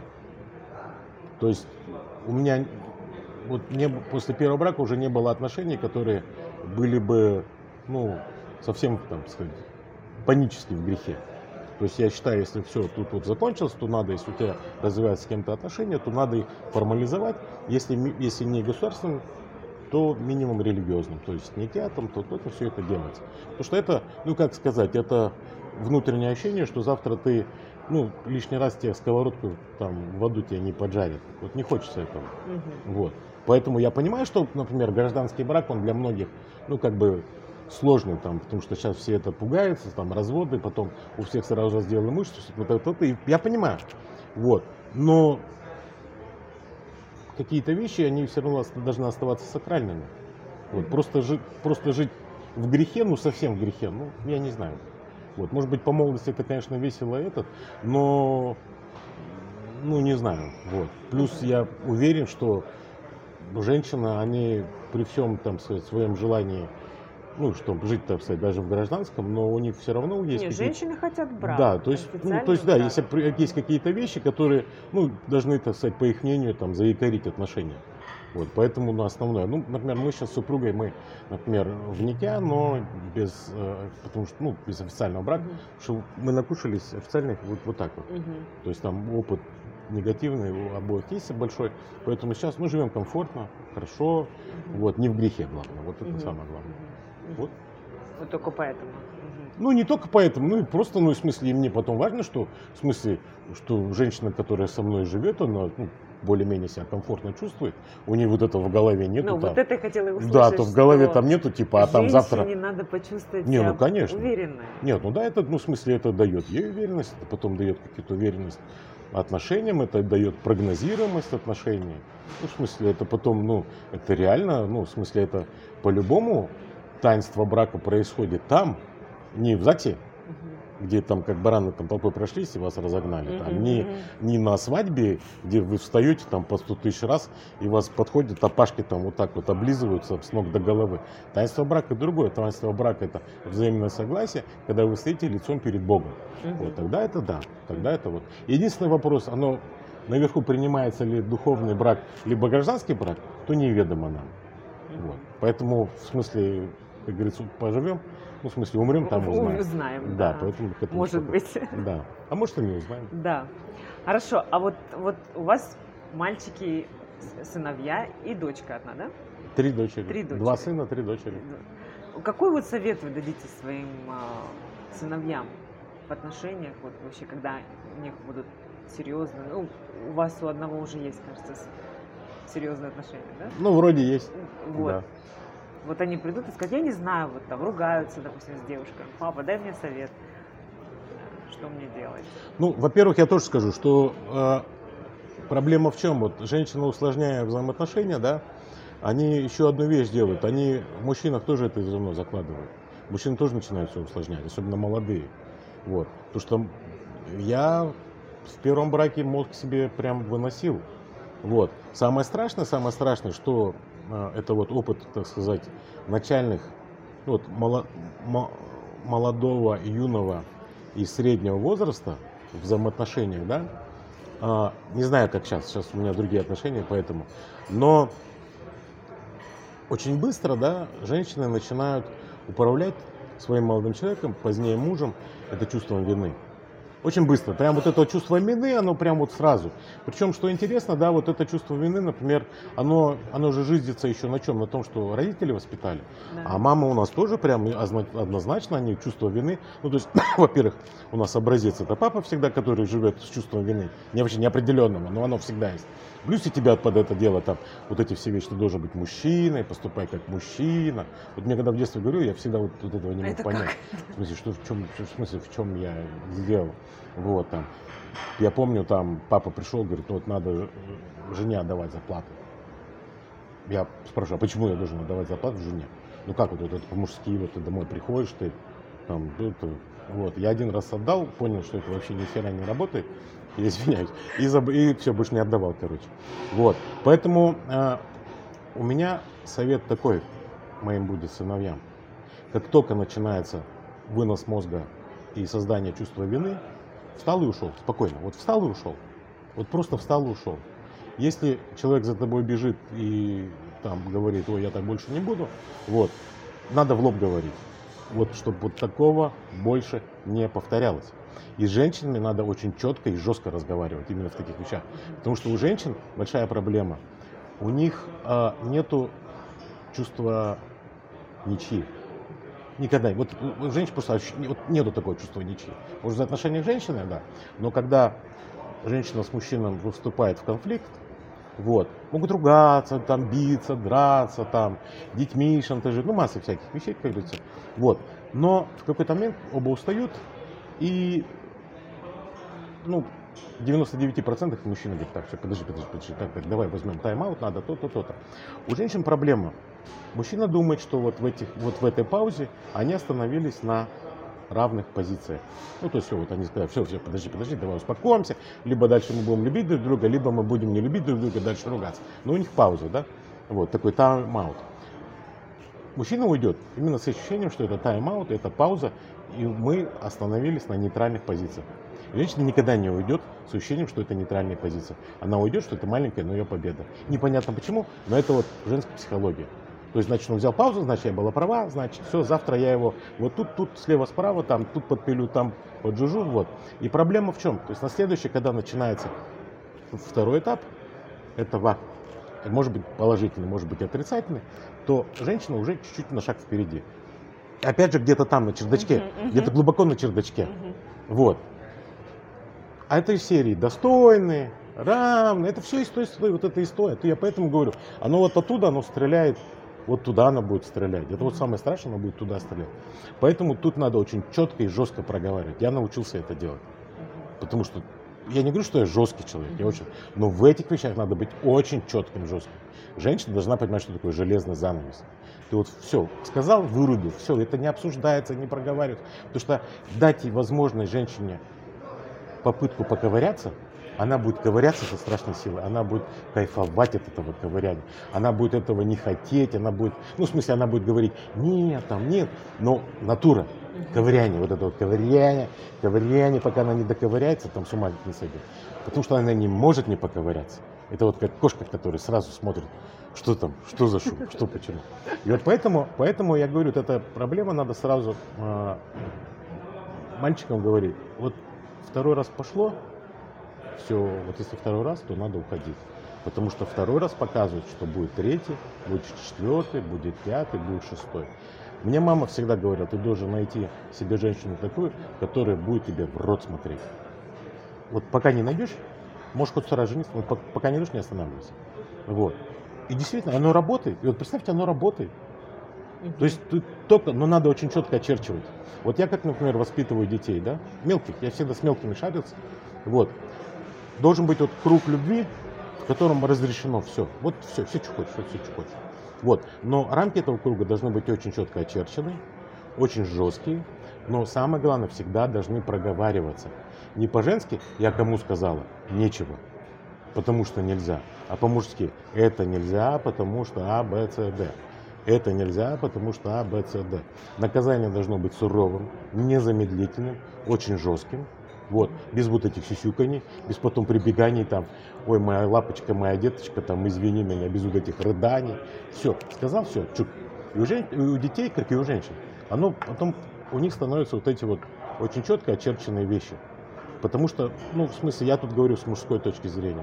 То есть у меня, вот мне после первого брака уже не было отношений, которые были бы, ну, совсем, там, сказать, панически в грехе. То есть я считаю, если все тут вот закончилось, то надо, если у тебя развиваются с кем-то отношения, то надо их формализовать. Если, если не государственным, то минимум религиозным. То есть не театром, то это все это делается. Потому что это, ну как сказать, это внутреннее ощущение, что завтра ты, ну, лишний раз тебе сковородку там в аду тебя не поджарят. Вот не хочется этого. Угу. Вот. Поэтому я понимаю, что, например, гражданский брак, он для многих, ну, как бы сложный, там, потому что сейчас все это пугаются, там, разводы, потом у всех сразу сделали имущество, вот это, вот, и я понимаю. Вот. Но какие-то вещи, они все равно должны оставаться сакральными. Вот. Просто, жить, просто жить в грехе, ну, совсем в грехе, ну, я не знаю. Вот. Может быть, по молодости это, конечно, весело, этот, но, ну, не знаю. Вот. Плюс я уверен, что женщина, они при всем, там, своем желании, ну, чтобы жить, так сказать, даже в гражданском, но у них все равно есть... Нет, женщины хотят брак. Да, то есть, ну, то есть, да, если есть какие-то вещи, которые, ну, должны, так сказать, по их мнению, там, заякорить отношения. Вот, поэтому, ну, основное, ну, например, мы сейчас с супругой, мы, например, в нике, но без, э, потому что, ну, без официального брака, uh-huh. что мы накушались официальных вот, вот так вот. Uh-huh. То есть там опыт негативный у обоих есть большой, поэтому сейчас мы живем комфортно, хорошо, uh-huh. вот, не в грехе, главное, вот это uh-huh. самое главное. Вот. Вот только поэтому. Ну, не только поэтому, ну, и просто, ну, в смысле, и мне потом важно, что, в смысле, что женщина, которая со мной живет, она, ну, более-менее себя комфортно чувствует, у нее вот этого в голове нету. Ну, там, вот это я хотела услышать. Да, то в голове там нету, типа, а там завтра... Женщине надо почувствовать не, себя ну, конечно. уверенной. Нет, ну да, это, ну, в смысле, это дает ей уверенность, это потом дает какую-то уверенность отношениям, это дает прогнозируемость отношений. Ну, в смысле, это потом, ну, это реально, ну, в смысле, это по-любому таинство брака происходит там, не в ЗАГСе, Мгм. где там как бараны там толпой прошлись и вас разогнали, там, Мгм, не, мгм. не на свадьбе, где вы встаете там по сто тысяч раз, и вас подходят, опашки там вот так вот облизываются с ног до головы. Таинство брака другое. Таинство брака — это взаимное согласие, когда вы стоите лицом перед Богом. Мгм. Вот тогда это да, тогда это вот. Единственный вопрос, оно наверху принимается ли духовный брак, либо гражданский брак, то неведомо нам. Мгм. Вот. Поэтому, в смысле, как говорится, поживем, ну, в смысле, умрем, там У- узнаем. Узнаем, Да, да. поэтому к этому Может что-то- быть. Да. А может и не узнаем. Да. Хорошо. А вот, вот у вас мальчики, с- сыновья и дочка одна, да? Три дочери. Три дочери. Два сына, три дочери. Ну, какой вот совет вы дадите своим а, сыновьям в отношениях, вот вообще, когда у них будут серьезные, ну, у вас у одного уже есть, кажется, с- серьезные отношения, да? Ну, вроде есть. Вот. Да. Вот они придут и скажут, я не знаю, вот там ругаются, допустим, с девушкой. Папа, дай мне совет, что мне делать. Ну, во-первых, я тоже скажу, что э, проблема в чем? Вот женщины, усложняя взаимоотношения, да, они еще одну вещь делают. Они в мужчинах тоже это зерно закладывают. Мужчины тоже начинают все усложнять, особенно молодые. Вот. Потому что я в первом браке мозг себе прям выносил. Вот. Самое страшное, самое страшное, что э, это вот опыт, так сказать, начальных, ну, вот, мало- мо- молодого, юного и среднего возраста в взаимоотношениях, да. А, не знаю, как сейчас, сейчас у меня другие отношения, поэтому. Но очень быстро, да, женщины начинают управлять своим молодым человеком, позднее мужем, это чувством вины. Очень быстро. Прям вот это чувство вины, оно прям вот сразу. Причем, что интересно, да, вот это чувство вины, например, оно, оно же жизнится еще на чем? На том, что родители воспитали. Да. А мама у нас тоже прям озна- однозначно, они чувство вины. Ну, то есть, во-первых, у нас образец — это папа всегда, который живет с чувством вины. Не вообще неопределенного, но оно всегда есть. Плюс и тебя под это дело там, вот эти все вещи, ты должен быть мужчиной, поступай как мужчина. Вот мне когда в детстве говорю, я всегда вот, вот этого не мог Это понять. как? В смысле, что, в чем, в смысле, в чем я сделал. Вот там. Я помню, там папа пришел, говорит, ну вот надо э, жене отдавать зарплату. Я спрашиваю, а почему я должен отдавать зарплату жене? Ну как вот, вот это по-мужски, вот ты домой приходишь, ты там, это, вот. Я один раз отдал, понял, что это вообще ни хера не работает, я извиняюсь, и, заб... и все, больше не отдавал, короче. Вот. Поэтому э, у меня совет такой моим будет сыновьям. Как только начинается вынос мозга и создание чувства вины, встал и ушел, спокойно. Вот встал и ушел. Вот просто встал и ушел. Если человек за тобой бежит и там говорит, ой, я так больше не буду, вот, надо в лоб говорить. Вот, чтобы вот такого больше не повторялось. И с женщинами надо очень четко и жестко разговаривать именно в таких вещах. Потому что у женщин большая проблема. У них а, нету чувства ничьи. Никогда. Вот у женщин просто ощущ- вот нету такого чувства ничьи. Может, за отношения с женщиной, да. Но когда женщина с мужчиной вступает в конфликт, вот, могут ругаться, там, биться, драться, там, детьми шантажировать, ну, масса всяких вещей, как говорится. Вот. Но в какой-то момент оба устают, и, ну, в девяноста девяти процентах мужчина говорит, так, все, подожди, подожди, подожди, так, так, давай возьмем тайм-аут, надо то-то, то-то. У женщин проблема. Мужчина думает, что вот в, этих, вот в этой паузе они остановились на равных позициях. Ну, то есть, все, вот они сказали, все, все, подожди, подожди, давай успокоимся, либо дальше мы будем любить друг друга, либо мы будем не любить друг друга, дальше ругаться. Но у них пауза, да, вот, такой тайм-аут. Мужчина уйдет именно с ощущением, что это тайм-аут, это пауза, и мы остановились на нейтральных позициях. Женщина никогда не уйдет с ощущением, что это нейтральная позиция. Она уйдет, что это маленькая, но ее победа. Непонятно почему, но это вот женская психология. То есть, значит, он взял паузу, значит, я была права, значит, все, завтра я его вот тут, тут, слева-справа, там, тут подпилю, там поджужу, вот. И проблема в чем? То есть, на следующий, когда начинается второй этап, этого, может быть положительный, может быть отрицательный, то женщина уже чуть-чуть на шаг впереди. Опять же, где-то там, на чердачке, Мгм, мгм. где-то глубоко на чердачке. Мгм. Вот. А это из серии достойные, равные. Это все из той, истории, вот эта история. То я поэтому говорю, оно вот оттуда, оно стреляет, вот туда оно будет стрелять. Это вот самое страшное, оно будет туда стрелять. Поэтому тут надо очень четко и жестко проговаривать. Я научился это делать. Потому что я не говорю, что я жесткий человек, я очень, но в этих вещах надо быть очень четким, жестким. Женщина должна понимать, что такое железный занавес. Ты вот все сказал, вырубил, все, это не обсуждается, не проговаривается. Потому что дать ей возможность женщине попытку поковыряться, она будет ковыряться со страшной силой, она будет кайфовать от этого ковыряния, она будет этого не хотеть, она будет, ну, в смысле, она будет говорить, нет, там, нет, но натура, ковыряние, вот это вот ковыряние, ковыряние, пока она не доковыряется, там с ума не сойдет, потому что она не может не поковыряться. Это вот как кошка, которая сразу смотрит, что там, что за шум, что почему. И вот поэтому, поэтому я говорю, вот эта проблема, надо сразу э, мальчикам говорить, вот второй раз пошло, все, вот если второй раз, то надо уходить. Потому что второй раз показывает, что будет третий, будет четвертый, будет пятый, будет шестой. Мне мама всегда говорила, ты должен найти себе женщину такую, которая будет тебе в рот смотреть. Вот пока не найдешь, можешь хоть сразу жениться, вот пока не найдешь, не останавливайся. Вот. И действительно, оно работает. И вот представьте, оно работает. То есть тут только, но надо очень четко очерчивать. Вот я как, например, воспитываю детей, да, мелких, я всегда с мелкими шарился. Вот. Должен быть вот круг любви, в котором разрешено все. Вот все, все, что хочешь, вот все, что хочешь. Вот. Но рамки этого круга должны быть очень четко очерчены, очень жесткие, но самое главное, всегда должны проговариваться. Не по-женски «я кому сказала» – нечего, потому что нельзя, а по-мужски «это нельзя, потому что А, Б, С, Д». Это нельзя, потому что А, Б, С, Д. Наказание должно быть суровым, незамедлительным, очень жестким. Вот, без вот этих сюсюканий, без потом прибеганий там, ой, моя лапочка, моя деточка, там, извини меня, без вот этих рыданий. Все, сказал, все, чук. И у, жен... и у детей, как и у женщин, оно потом, у них становятся вот эти вот очень четко очерченные вещи. Потому что, ну, в смысле, я тут говорю с мужской точки зрения.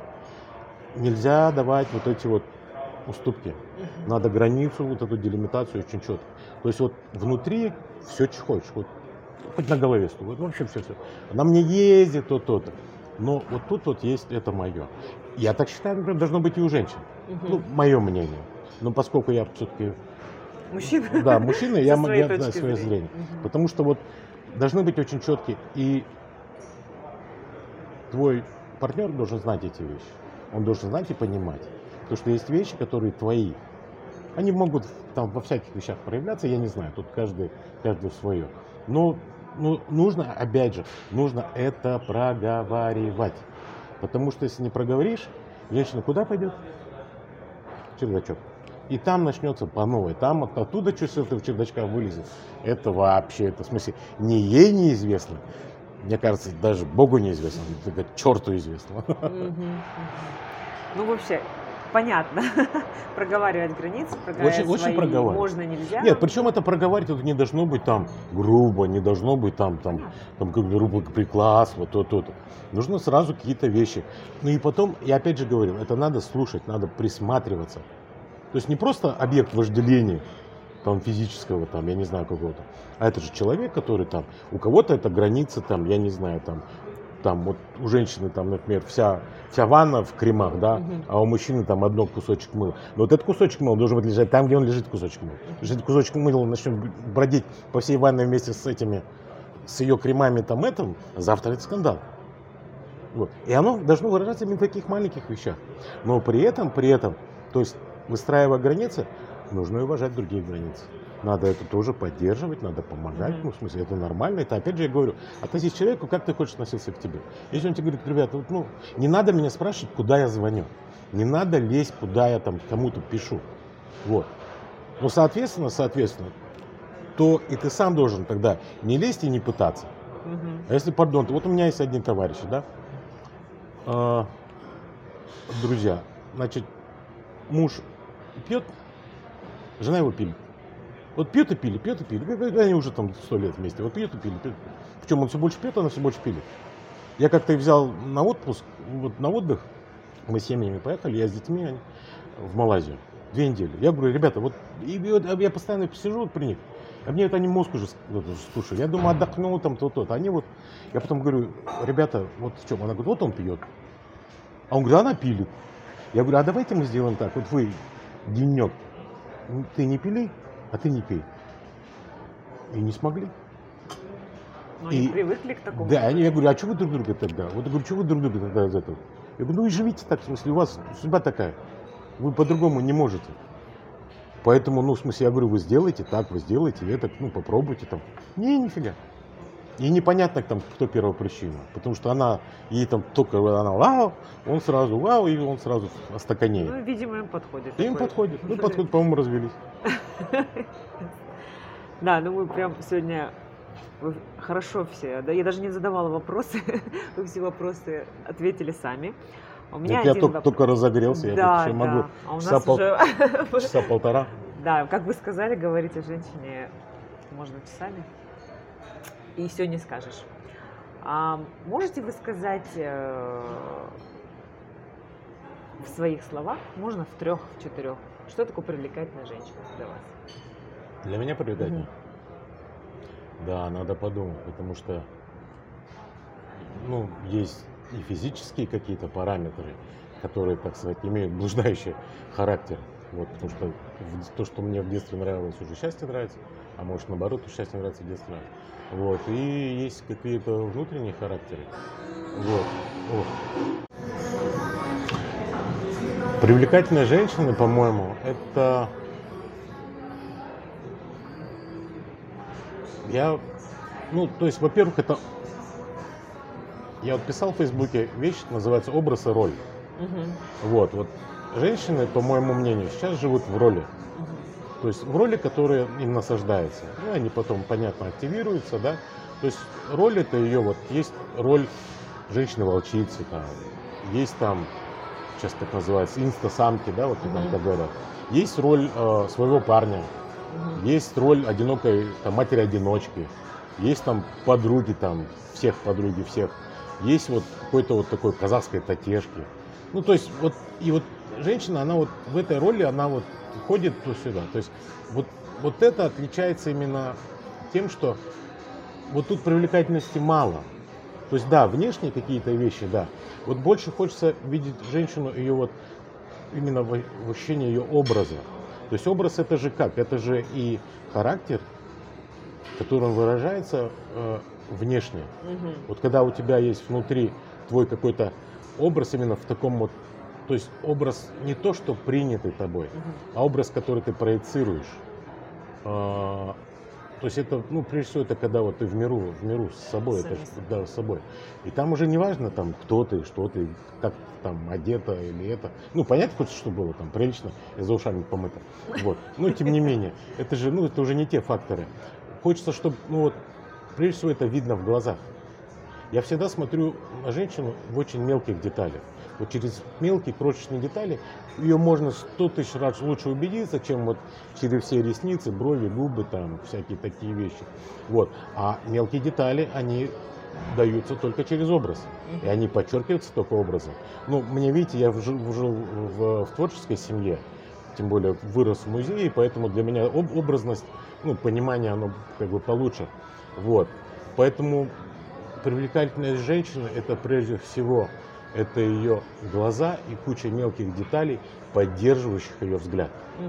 Нельзя давать вот эти вот уступки. Надо границу, вот эту делимитацию очень четко. То есть вот внутри все, что хочешь. Вот, хоть на голове стул, вот вообще все-все. На мне ездит то-то-то. Но вот тут вот есть это мое. Я так считаю, например, должно быть и у женщин. Угу. Ну, мое мнение. Но поскольку я все-таки... Мужчина? Да, мужчина, я могу дать свое зрения. зрение. Угу. Потому что вот должны быть очень четкие. И твой партнер должен знать эти вещи. Он должен знать и понимать. Потому что есть вещи, которые твои. Они могут там во всяких вещах проявляться, я не знаю, тут каждый, каждый свое. Но ну, нужно, опять же, нужно это проговаривать. Потому что если не проговоришь, женщина куда пойдет? В чердачок. И там начнется по новой. Там от, оттуда что с этого чердачка вылезет. Это вообще, это в смысле, не ей неизвестно. Мне кажется, даже Богу неизвестно. Это черту известно. Ну, вообще, понятно. Проговаривать границы, проговаривать очень, свои очень проговаривать. Можно, нельзя. Нет, причем это проговаривать это не должно быть там грубо, не должно быть там, там, там как грубо приклад, вот то, то, то. Нужно сразу какие-то вещи. Ну и потом, я опять же говорил, это надо слушать, надо присматриваться. То есть не просто объект вожделения, там, физического, там, я не знаю, какого-то, а это же человек, который там, у кого-то это граница, там, я не знаю, там, там вот у женщины там, например, вся, вся ванна в кремах, да, uh-huh. а у мужчины там одно кусочек мыла. Но вот этот кусочек мыла должен быть лежать там, где он лежит, кусочек мыла. Если этот кусочек мыла начнет бродить по всей ванной вместе с этими, с ее кремами там этом, завтра это скандал. Вот. И оно должно выражаться именно в таких маленьких вещах. Но при этом, при этом, то есть выстраивая границы, нужно уважать другие границы. Надо это тоже поддерживать, надо помогать. Mm-hmm. Ну, в смысле, это нормально. Это, опять же, я говорю, относись к человеку, как ты хочешь относиться к тебе. Если он тебе говорит, ребята, вот, ну, не надо меня спрашивать, куда я звоню. Не надо лезть, куда я там кому-то пишу. Вот. Ну, соответственно, соответственно, то и ты сам должен тогда не лезть и не пытаться. Mm-hmm. А если, пардон, вот у меня есть одни товарищи, да, а, друзья, значит, муж пьет, жена его пилит. Вот пьет и пили, пьет и пили. Они уже там сто лет вместе. Вот пьет и пили, пьет. Причем он все больше пьет, она все больше пилит. Я как-то взял на отпуск, вот на отдых, мы с семьями поехали, я с детьми они, в Малайзию. Две недели. Я говорю, ребята, вот, и, вот я постоянно сижу вот при них. А мне вот они мозг уже слушали. Я думаю, отдохну там, то-то. Они вот, я потом говорю, ребята, вот в чем? Она говорит, вот он пьет. А он говорит, она пилит. Я говорю, а давайте мы сделаем так. Вот вы денек, ты не пили, а ты не пей. И не смогли. Но И- они привыкли к такому. Да, они, я говорю, а что вы друг друга тогда? Вот я говорю, что вы друг друга тогда из этого? Я говорю, ну вы живите так, в смысле, у вас судьба такая. Вы по-другому не можете. Поэтому, ну, в смысле, я говорю, вы сделаете так, вы сделаете это, ну, попробуйте там. Не, нифига. И непонятно там, кто первопричина. Потому что она, ей там только она вау, он сразу вау, и он сразу остаканеет. Ну, видимо, им подходит. И им такой. подходит. Ну, подходит, по-моему, развелись. Да, ну мы прям сегодня вы хорошо все. Да, я даже не задавала вопросы. Вы все вопросы ответили сами. У меня Я один только, вопрос. только разогрелся, я Да, тут еще могу да. А у часа, нас пол- уже... часа полтора. Да, как вы сказали, говорить о женщине можно часами. И все не скажешь. А можете вы сказать э, в своих словах, можно в трех, в четырех, что такое привлекательная женщина для вас? Для меня привлекательно. Мгм. Да, надо подумать, потому что, ну, есть и физические какие-то параметры, которые, так сказать, имеют блуждающий характер. Вот, потому что в- то, что мне в детстве нравилось, уже счастье нравится, а может, наоборот, то, что счастье нравится, в детстве нравится. Вот, и есть какие-то внутренние характеры. Вот. Ох. Привлекательная женщина, по-моему, это... Я, ну, то есть, во-первых, это... Я вот писал в Фейсбуке вещь, называется «Образ и роль». Мгм. Вот, вот женщины, по моему мнению, сейчас живут в роли. Мгм. То есть в роли, которая им насаждается. Ну, они потом, понятно, активируются, да. То есть роль это ее, вот есть роль женщины-волчицы, там, есть там, сейчас так называется, инстасамки, да, вот там Мгм. так говорят. Есть роль э, своего парня, Мгм. есть роль одинокой там, матери-одиночки, есть там подруги, там, всех подруги, всех. Есть вот какой-то вот такой казахской татешки. Ну, то есть, вот, и вот женщина, она вот в этой роли, она вот ходит туда-сюда. То есть, вот, вот это отличается именно тем, что вот тут привлекательности мало. То есть, да, внешние какие-то вещи, да. Вот больше хочется видеть женщину, ее вот, именно в в ощущении ее образа. То есть, образ это же как? Это же и характер, которым выражается э, внешне. Мгм. Вот когда у тебя есть внутри твой какой-то образ именно в таком вот, то есть образ не то, что принятый тобой, Мгм. а образ, который ты проецируешь. А, то есть это, ну, прежде всего, это когда вот ты в миру, в миру с собой, это, Сами ж- да, с собой. И там уже не важно, там, кто ты, что ты, как ты там одета или это. Ну, понятно, хочется, чтобы было там прилично и за ушами помыто. Вот. Но тем не менее, это же, ну, это уже не те факторы. Хочется, чтобы, ну, вот, прежде всего, это видно в глазах. Я всегда смотрю на женщину в очень мелких деталях. Вот через мелкие крошечные детали ее можно сто тысяч раз лучше убедиться, чем вот через все ресницы, брови, губы, там всякие такие вещи. Вот. А мелкие детали, они даются только через образ. И они подчеркиваются только образом. Ну, мне, видите, я жил, жил в, в творческой семье, тем более вырос в музее, поэтому для меня об- образность, ну, понимание, оно как бы получше. Вот. Поэтому привлекательность женщины – это прежде всего это ее глаза и куча мелких деталей, поддерживающих ее взгляд.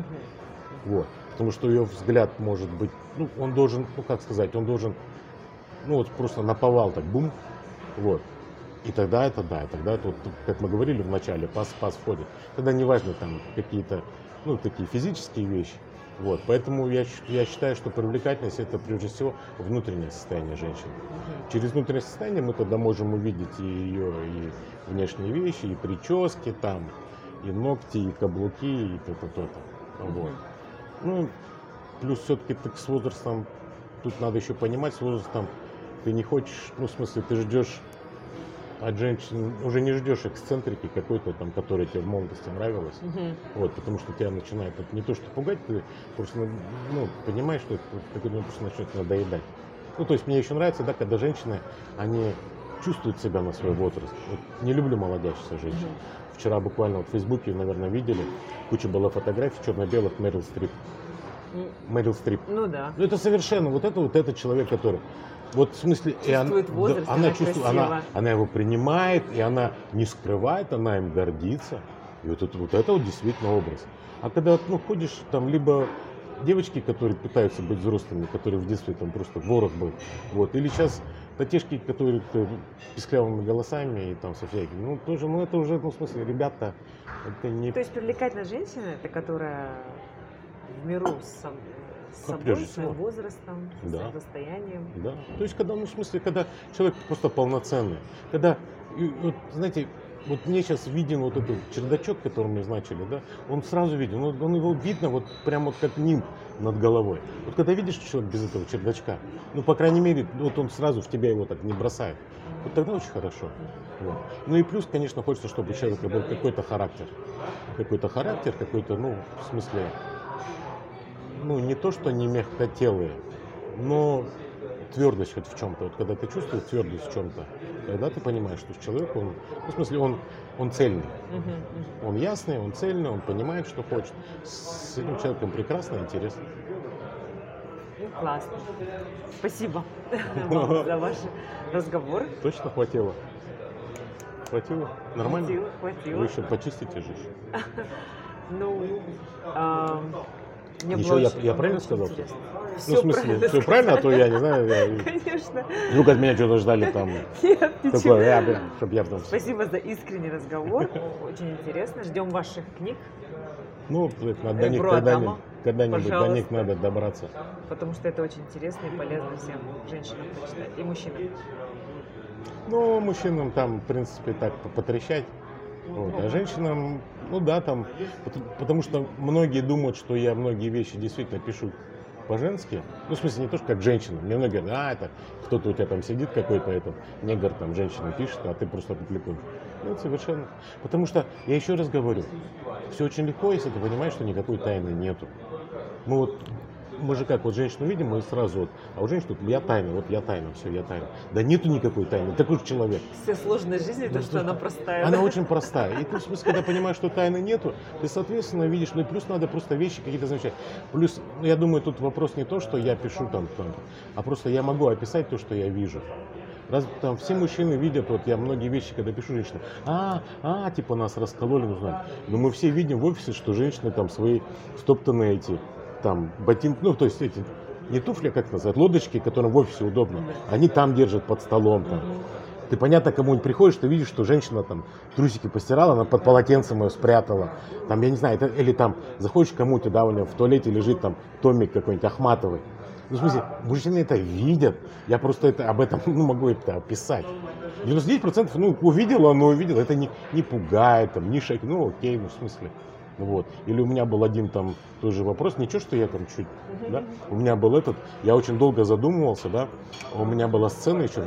Мгм. Вот. Потому что ее взгляд может быть, ну, он должен, ну, как сказать, он должен, ну, вот просто наповал так, бум, вот. И тогда это, да, тогда это, вот, как мы говорили в начале, пас-пас входит. Тогда неважно там какие-то, ну, такие физические вещи. Вот. Поэтому я, щ- я считаю, что привлекательность это прежде всего внутреннее состояние женщины. Мгм. Через внутреннее состояние мы тогда можем увидеть и ее и внешние вещи, и прически там, и ногти, и каблуки, и то-то, то-то. Вот. Ну, плюс все-таки так с возрастом, тут надо еще понимать, с возрастом ты не хочешь, ну, в смысле, ты ждешь от женщин, уже не ждешь эксцентрики какой-то там, которая тебе в молодости нравилась. Мгм. Вот, потому что тебя начинает это не то что пугать, ты просто, ну, понимаешь, что это в какой-то момент просто начнет надоедать. Ну, то есть мне еще нравится, да, когда женщины, они чувствуют себя на свой возраст. Вот не люблю молодящихся женщин. Мгм. Вчера буквально вот в Фейсбуке, наверное, видели, куча была фотографий черно-белых Мэрил Стрип. М, Мэрил Стрип. Ну да. Ну, это совершенно, вот это вот этот человек, который, вот в смысле, и она, Чувствует возраст, да, она она чувствует, она, красива. она его принимает, и она не скрывает, она им гордится. И вот это вот, это вот действительно образ. А когда, ну, ходишь, там, либо девочки, которые пытаются быть взрослыми, которые в детстве там просто ворох был, вот, или сейчас Татешки, которые э, писклявыми голосами и там со всякими, ну тоже, ну это уже, ну в смысле, ребята, это не... То есть привлекательная женщина, это которая в миру с, сам- с Ну, собой, прежде своим всего. возрастом, Да. своим состоянием. Да. То есть, когда, ну, в смысле, когда человек просто полноценный. Когда, и вот, знаете, вот мне сейчас виден вот этот чердачок, который мы начали, да, он сразу виден, он, он его видно вот прямо вот как нимб над головой. Вот когда видишь, что человек без этого чердачка, ну, по крайней мере, вот он сразу в тебя его так не бросает. Вот тогда очень хорошо. Вот. Ну и плюс, конечно, хочется, чтобы у человека был какой-то характер. Какой-то характер, какой-то, ну, в смысле, ну, не то, что не мягкотелые, но твердость хоть в чем-то. Вот когда ты чувствуешь твердость в чем-то, тогда ты понимаешь, что человек, он, ну, в смысле, он, он цельный. Мгм, мгм. Он ясный, он цельный, он понимает, что хочет. С этим человеком прекрасно, интересно. Ну, классно. Спасибо вам за ваш разговор. Точно хватило? Хватило? Нормально? Хватило, хватило. Вы еще почистите же. Ну, а, мне Еще было я- очень- я правильно очень сказал? интересно. Ну, Всё в смысле, правильно все правильно, а то я не знаю, я, Конечно. вдруг от меня что-то ждали там. Нет, ничего. Такое, я, бля, чтоб я там... Спасибо за искренний разговор. Очень интересно. Ждем ваших книг, Ну, это до Э, них про когда-нибудь, Адама, когда-нибудь до пожалуйста. них надо добраться. потому что это очень интересно и полезно всем женщинам почитать. И мужчинам. Ну, мужчинам там, в принципе, так потрещать. Вот. А женщинам, ну да, там, пот- потому что многие думают, что я многие вещи действительно пишу по-женски. Ну, в смысле, не то, что как женщина. Мне многие говорят, а, это кто-то у тебя там сидит какой-то, этот негр там женщина пишет, а ты просто публикуешь. Нет, совершенно. Потому что, я еще раз говорю, все очень легко, если ты понимаешь, что никакой тайны нету. Мы вот, мы же как, вот женщину видим, мы сразу вот, а у женщин тут я тайна, вот я тайна, все, я тайна. Да нету никакой тайны, такой же человек. Вся сложность жизни, то, Ну, что она простая. Она да? очень простая. И ты, в смысле, когда понимаешь, что тайны нету, ты, соответственно, видишь, ну и плюс надо просто вещи какие-то замечать. Плюс, ну, я думаю, тут вопрос не то, что я пишу там, там, а просто я могу описать то, что я вижу. Раз там все мужчины видят, вот я многие вещи, когда пишу женщинам, а, а, типа нас раскололи, ну знаю. Но мы все видим в офисе, что женщины там свои стоптанные эти, там, ботинки, ну, то есть эти, не туфли, а как называют, лодочки, которым в офисе удобно, они там держат под столом, там. Ты, понятно, кому-нибудь приходишь, ты видишь, что женщина там трусики постирала, она под полотенцем ее спрятала. Там, я не знаю, это, или там заходишь к кому-то, да, у нее в туалете лежит там томик какой-нибудь Ахматовой. Ну, в смысле, мужчины это видят. Я просто это, об этом ну, могу это описать. девяносто девять процентов, ну, увидела, но увидела, это не, не пугает, там, не шаг, ну, окей, ну, в смысле. Вот. Или у меня был один там тоже вопрос, ничего, что я там чуть, да, у меня был этот, я очень долго задумывался, да, у меня была сцена еще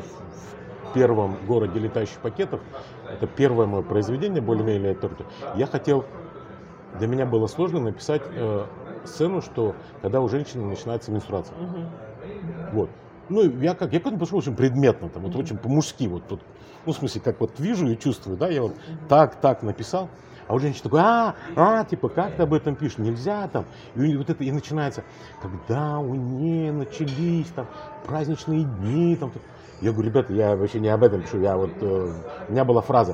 в первом городе летающих пакетов, это первое мое произведение, более-менее, торты. Я хотел, для меня было сложно написать э, сцену, что когда у женщины начинается менструация. Мгм. Вот. Ну, я как, я к этому пошел очень предметно, там, вот Мгм. очень по-мужски, вот, вот, ну, в смысле, как вот вижу и чувствую, да, я вот так, так написал, а у женщины такой, а, а, типа, как ты об этом пишешь, нельзя там, и у неё вот это, и начинается, когда у нее начались там праздничные дни, там, я говорю, ребята, я вообще не об этом пишу, я вот, э, у меня была фраза,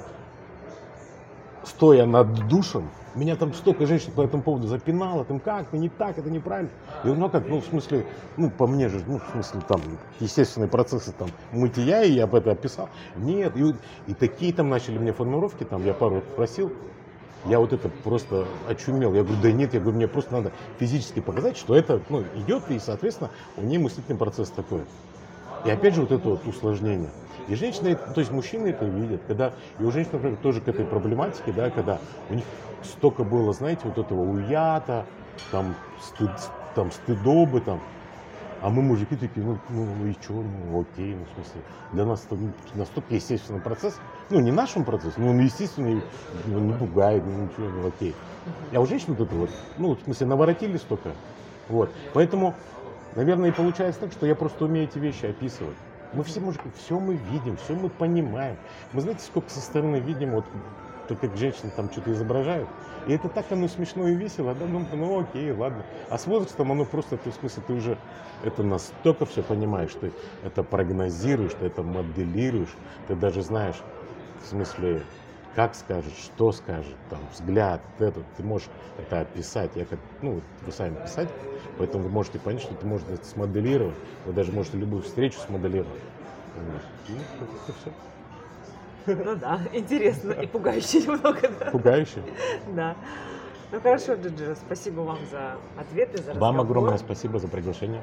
стоя над душем, меня там столько женщин по этому поводу запинало, там как, это не так, это неправильно. И ну как, ну в смысле, ну по мне же, ну в смысле там естественные процессы там мытья, и я об этом описал. Нет, и, вот- и такие там начали мне формулировки, там я пару просил, я вот это просто очумел. Я говорю, да нет, я говорю, мне просто надо физически показать, что это ну, идет, и, соответственно, у нее мыслительный процесс такой. И опять же вот это вот усложнение. И женщины, то есть мужчины это видят, когда, и у женщин, например, тоже к этой проблематике, да, когда у них столько было, знаете, вот этого уята, там, стыд, там стыдобы, там, а мы, мужики, такие, ну, ну, ну и что, ну окей, ну в смысле, для нас это ну, настолько естественный процесс, ну не нашим процесс, но он естественный, ну, не пугает, ну ничего, ну окей. А у женщин вот это вот, ну в смысле, наворотили столько, вот, поэтому, наверное, и получается так, что я просто умею эти вещи описывать. Мы все мужики, все мы видим, все мы понимаем. Мы знаете, сколько со стороны видим, вот только как женщины там что-то изображают. И это так оно смешно и весело, да, ну, ну окей, ладно. А с возрастом оно просто, ты, в смысле, ты уже это настолько все понимаешь, ты это прогнозируешь, ты это моделируешь, ты даже знаешь, в смысле, как скажет, что скажет, там, взгляд, это, ты можешь это описать. Я как, ну, вы сами писать, поэтому вы можете понять, что ты можете это смоделировать, вы даже можете любую встречу смоделировать. Вот. Ну, это все. Ну да, интересно и пугающе немного. Да. Пугающе. Да. Ну хорошо, Джиджи, спасибо вам за ответы, за разговор. Вам огромное спасибо за приглашение.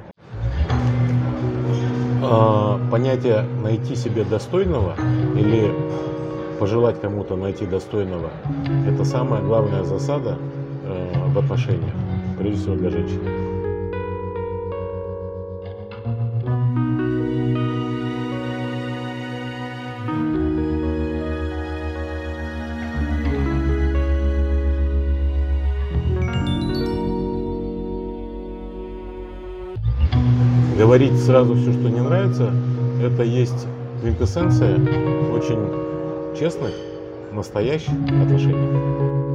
А, понятие «найти себе достойного» или пожелать кому-то найти достойного – это самая главная засада э, в отношениях, прежде всего для женщины. Говорить сразу все, что не нравится, это есть квинтэссенция очень честных, настоящих отношений.